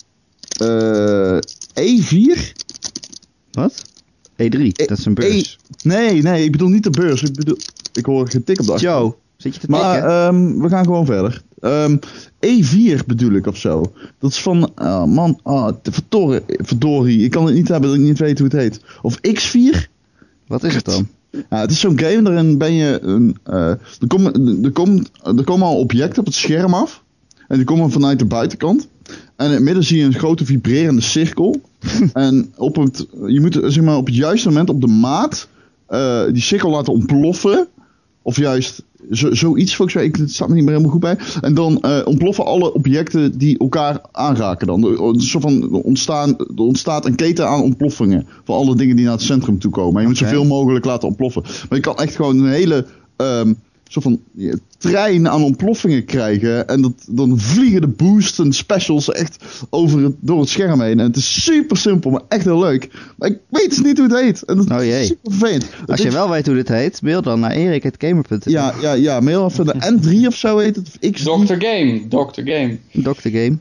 B: E4?
A: Wat? E3, dat is een beurs.
B: Nee, ik bedoel niet de beurs. Ik hoor getik op de achtergrond.
A: Joe, zit je te tikken?
B: Maar we gaan gewoon verder. E4 bedoel ik of zo. Dat is van... verdorie. Ik kan het niet hebben dat ik niet weet hoe het heet. Of X4?
A: Wat is het dan?
B: Ja, het is zo'n game, daarin ben je er komen al objecten op het scherm af. En die komen vanuit de buitenkant. En in het midden zie je een grote vibrerende cirkel. En je moet zeg maar, op het juiste moment op de maat die cirkel laten ontploffen. Of juist zoiets volgens mij. Het staat me niet meer helemaal goed bij. En dan ontploffen alle objecten die elkaar aanraken dan. Er ontstaat een keten aan ontploffingen. Van alle dingen die naar het centrum toe komen. En je moet zoveel mogelijk laten ontploffen. Maar je kan echt gewoon een hele soort van trein aan ontploffingen krijgen. En dan vliegen de boosts en specials echt door het scherm heen. En het is super simpel, maar echt heel leuk. Maar ik weet dus niet hoe het heet. En dat is super vervelend.
A: Als je wel weet hoe dit heet, mail dan naar erik@gamer.nl.
B: Ja, mail even de N3 of zo heet het. Of X3.
A: Dr. Game.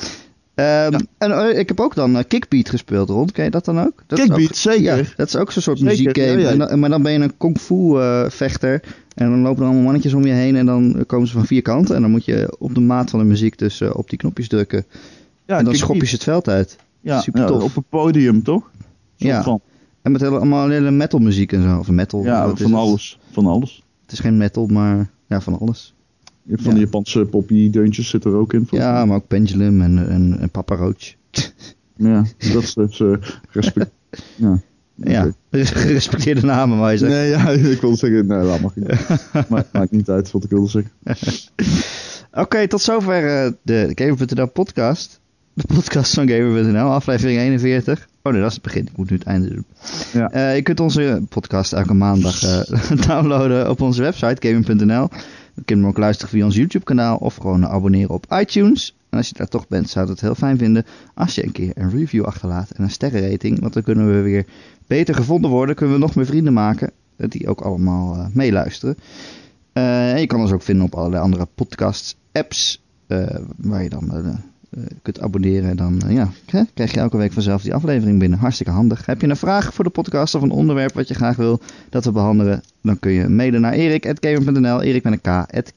A: En ik heb ook dan Kickbeat gespeeld, Ron. Ken je dat dan ook?
B: Kickbeat, zeker.
A: Ja, dat is ook zo'n soort muziekgame. Ja. Maar dan ben je een kung fu vechter. En dan lopen er allemaal mannetjes om je heen. En dan komen ze van 4 kanten. En dan moet je op de maat van de muziek dus op die knopjes drukken. Ja, en dan schop je ze het veld uit.
B: Ja,
A: super tof.
B: Op een podium, toch?
A: Ja. En met allemaal hele metal muziek en zo. Of metal.
B: Ja, van alles.
A: Het is geen metal, maar ja, van alles.
B: Je hebt van die Japanse poppy-deuntjes zit er ook in.
A: Ja, maar ook Pendulum en Papa Roach.
B: Ja, dat is respect. Ja.
A: Ja, gerespecteerde namen, maar je zegt.
B: Nee, ja, ik wilde zeggen, nee, dat mag niet. Maakt niet uit wat ik wilde zeggen.
A: Oké, tot zover de Gamer.nl podcast. De podcast van Gamer.nl, aflevering 41. Oh nee, dat is het begin. Ik moet nu het einde doen. Ja. Je kunt onze podcast elke maandag downloaden op onze website, Gamer.nl. Je kunt hem ook luisteren via ons YouTube kanaal of gewoon abonneren op iTunes. En als je daar toch bent, zou ik het heel fijn vinden als je een keer een review achterlaat en een sterrenrating. Want dan kunnen we weer beter gevonden worden. Kunnen we nog meer vrienden maken die ook allemaal meeluisteren. En je kan ons ook vinden op allerlei andere podcasts, apps, waar je dan kunt abonneren. En dan krijg je elke week vanzelf die aflevering binnen. Hartstikke handig. Heb je een vraag voor de podcast of een onderwerp wat je graag wil dat we behandelen? Dan kun je mailen naar erik@gamer.nl. Erik met een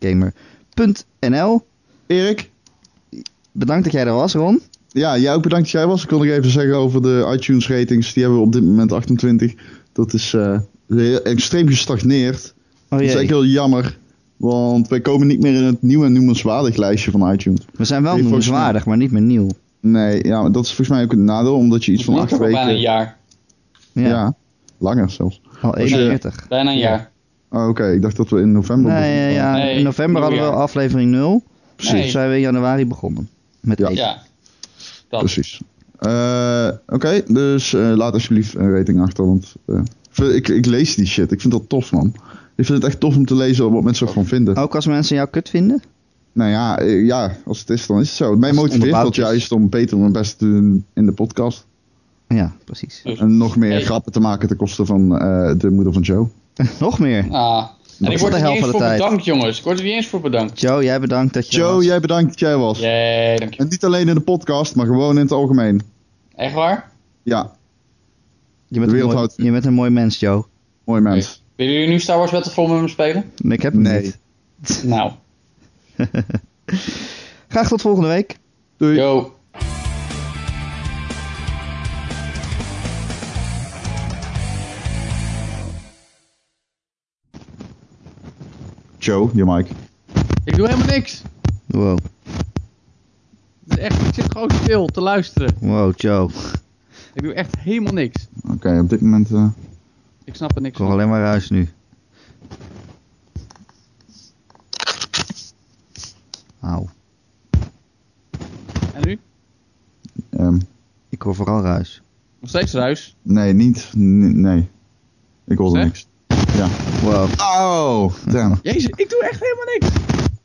A: k@gamer.nl.
B: Erik?
A: Bedankt dat jij er was, Ron.
B: Ja, jij ook bedankt dat jij was. Ik kon nog even zeggen over de iTunes ratings. Die hebben we op dit moment 28. Dat is extreem gestagneerd. Dat is echt heel jammer. Want wij komen niet meer in het nieuwe noemenswaardig lijstje van iTunes.
A: We zijn wel noemenswaardig, maar niet meer nieuw.
B: Nee, ja, dat is volgens mij ook een nadeel. Omdat je iets van 8 weken...
D: Bijna een jaar.
B: Ja, langer zelfs.
A: Al 41.
D: Bijna een jaar.
B: Oh, oké. Ik dacht dat we in november...
A: Nee, in november hadden we aflevering 0. Precies. Dus zijn we in januari begonnen. Met 1.
D: Ja, dat.
B: Precies. Oké, dus laat alsjeblieft een rating achter. Want ik lees die shit. Ik vind dat tof, man. Ik vind het echt tof om te lezen wat mensen ervan vinden.
A: Ook als mensen jou kut vinden?
B: Nou ja, als het is, dan is het zo. Mij motiveert dat juist om beter mijn best te doen in de podcast.
A: Ja, precies.
B: En nog meer grappen te maken ten koste van de moeder van Joe.
A: Nog meer?
D: En ik word er niet eens voor bedankt, jongens. Ik word er niet eens voor bedankt.
A: Joe, jij bedankt dat je was.
B: Jij bedankt dat jij was.
D: Jee, dank je.
B: En niet alleen in de podcast, maar gewoon in het algemeen.
D: Echt waar?
B: Ja.
A: Je bent een mooi mens, Joe.
B: Mooi mens.
D: Okay. Willen jullie nu Star Wars Battlefront met me spelen?
A: Nee, ik heb hem niet.
D: Nou.
A: Graag tot volgende week.
B: Doei.
D: Yo.
B: Joe, je mic.
C: Ik doe helemaal niks.
A: Wow.
C: Ik zit gewoon stil te luisteren.
A: Wow, Joe.
C: Ik doe echt helemaal niks.
B: Oké, op dit moment...
C: Ik snap er niks
A: van.
C: van.
A: Alleen maar ruis nu. Auw.
C: En nu?
A: Ik hoor vooral ruis.
C: Nog steeds ruis?
B: Nee, nee. Ik hoorde niks. Ja.
A: Wow.
B: Oh, damn.
C: Jezus, ik doe echt helemaal niks.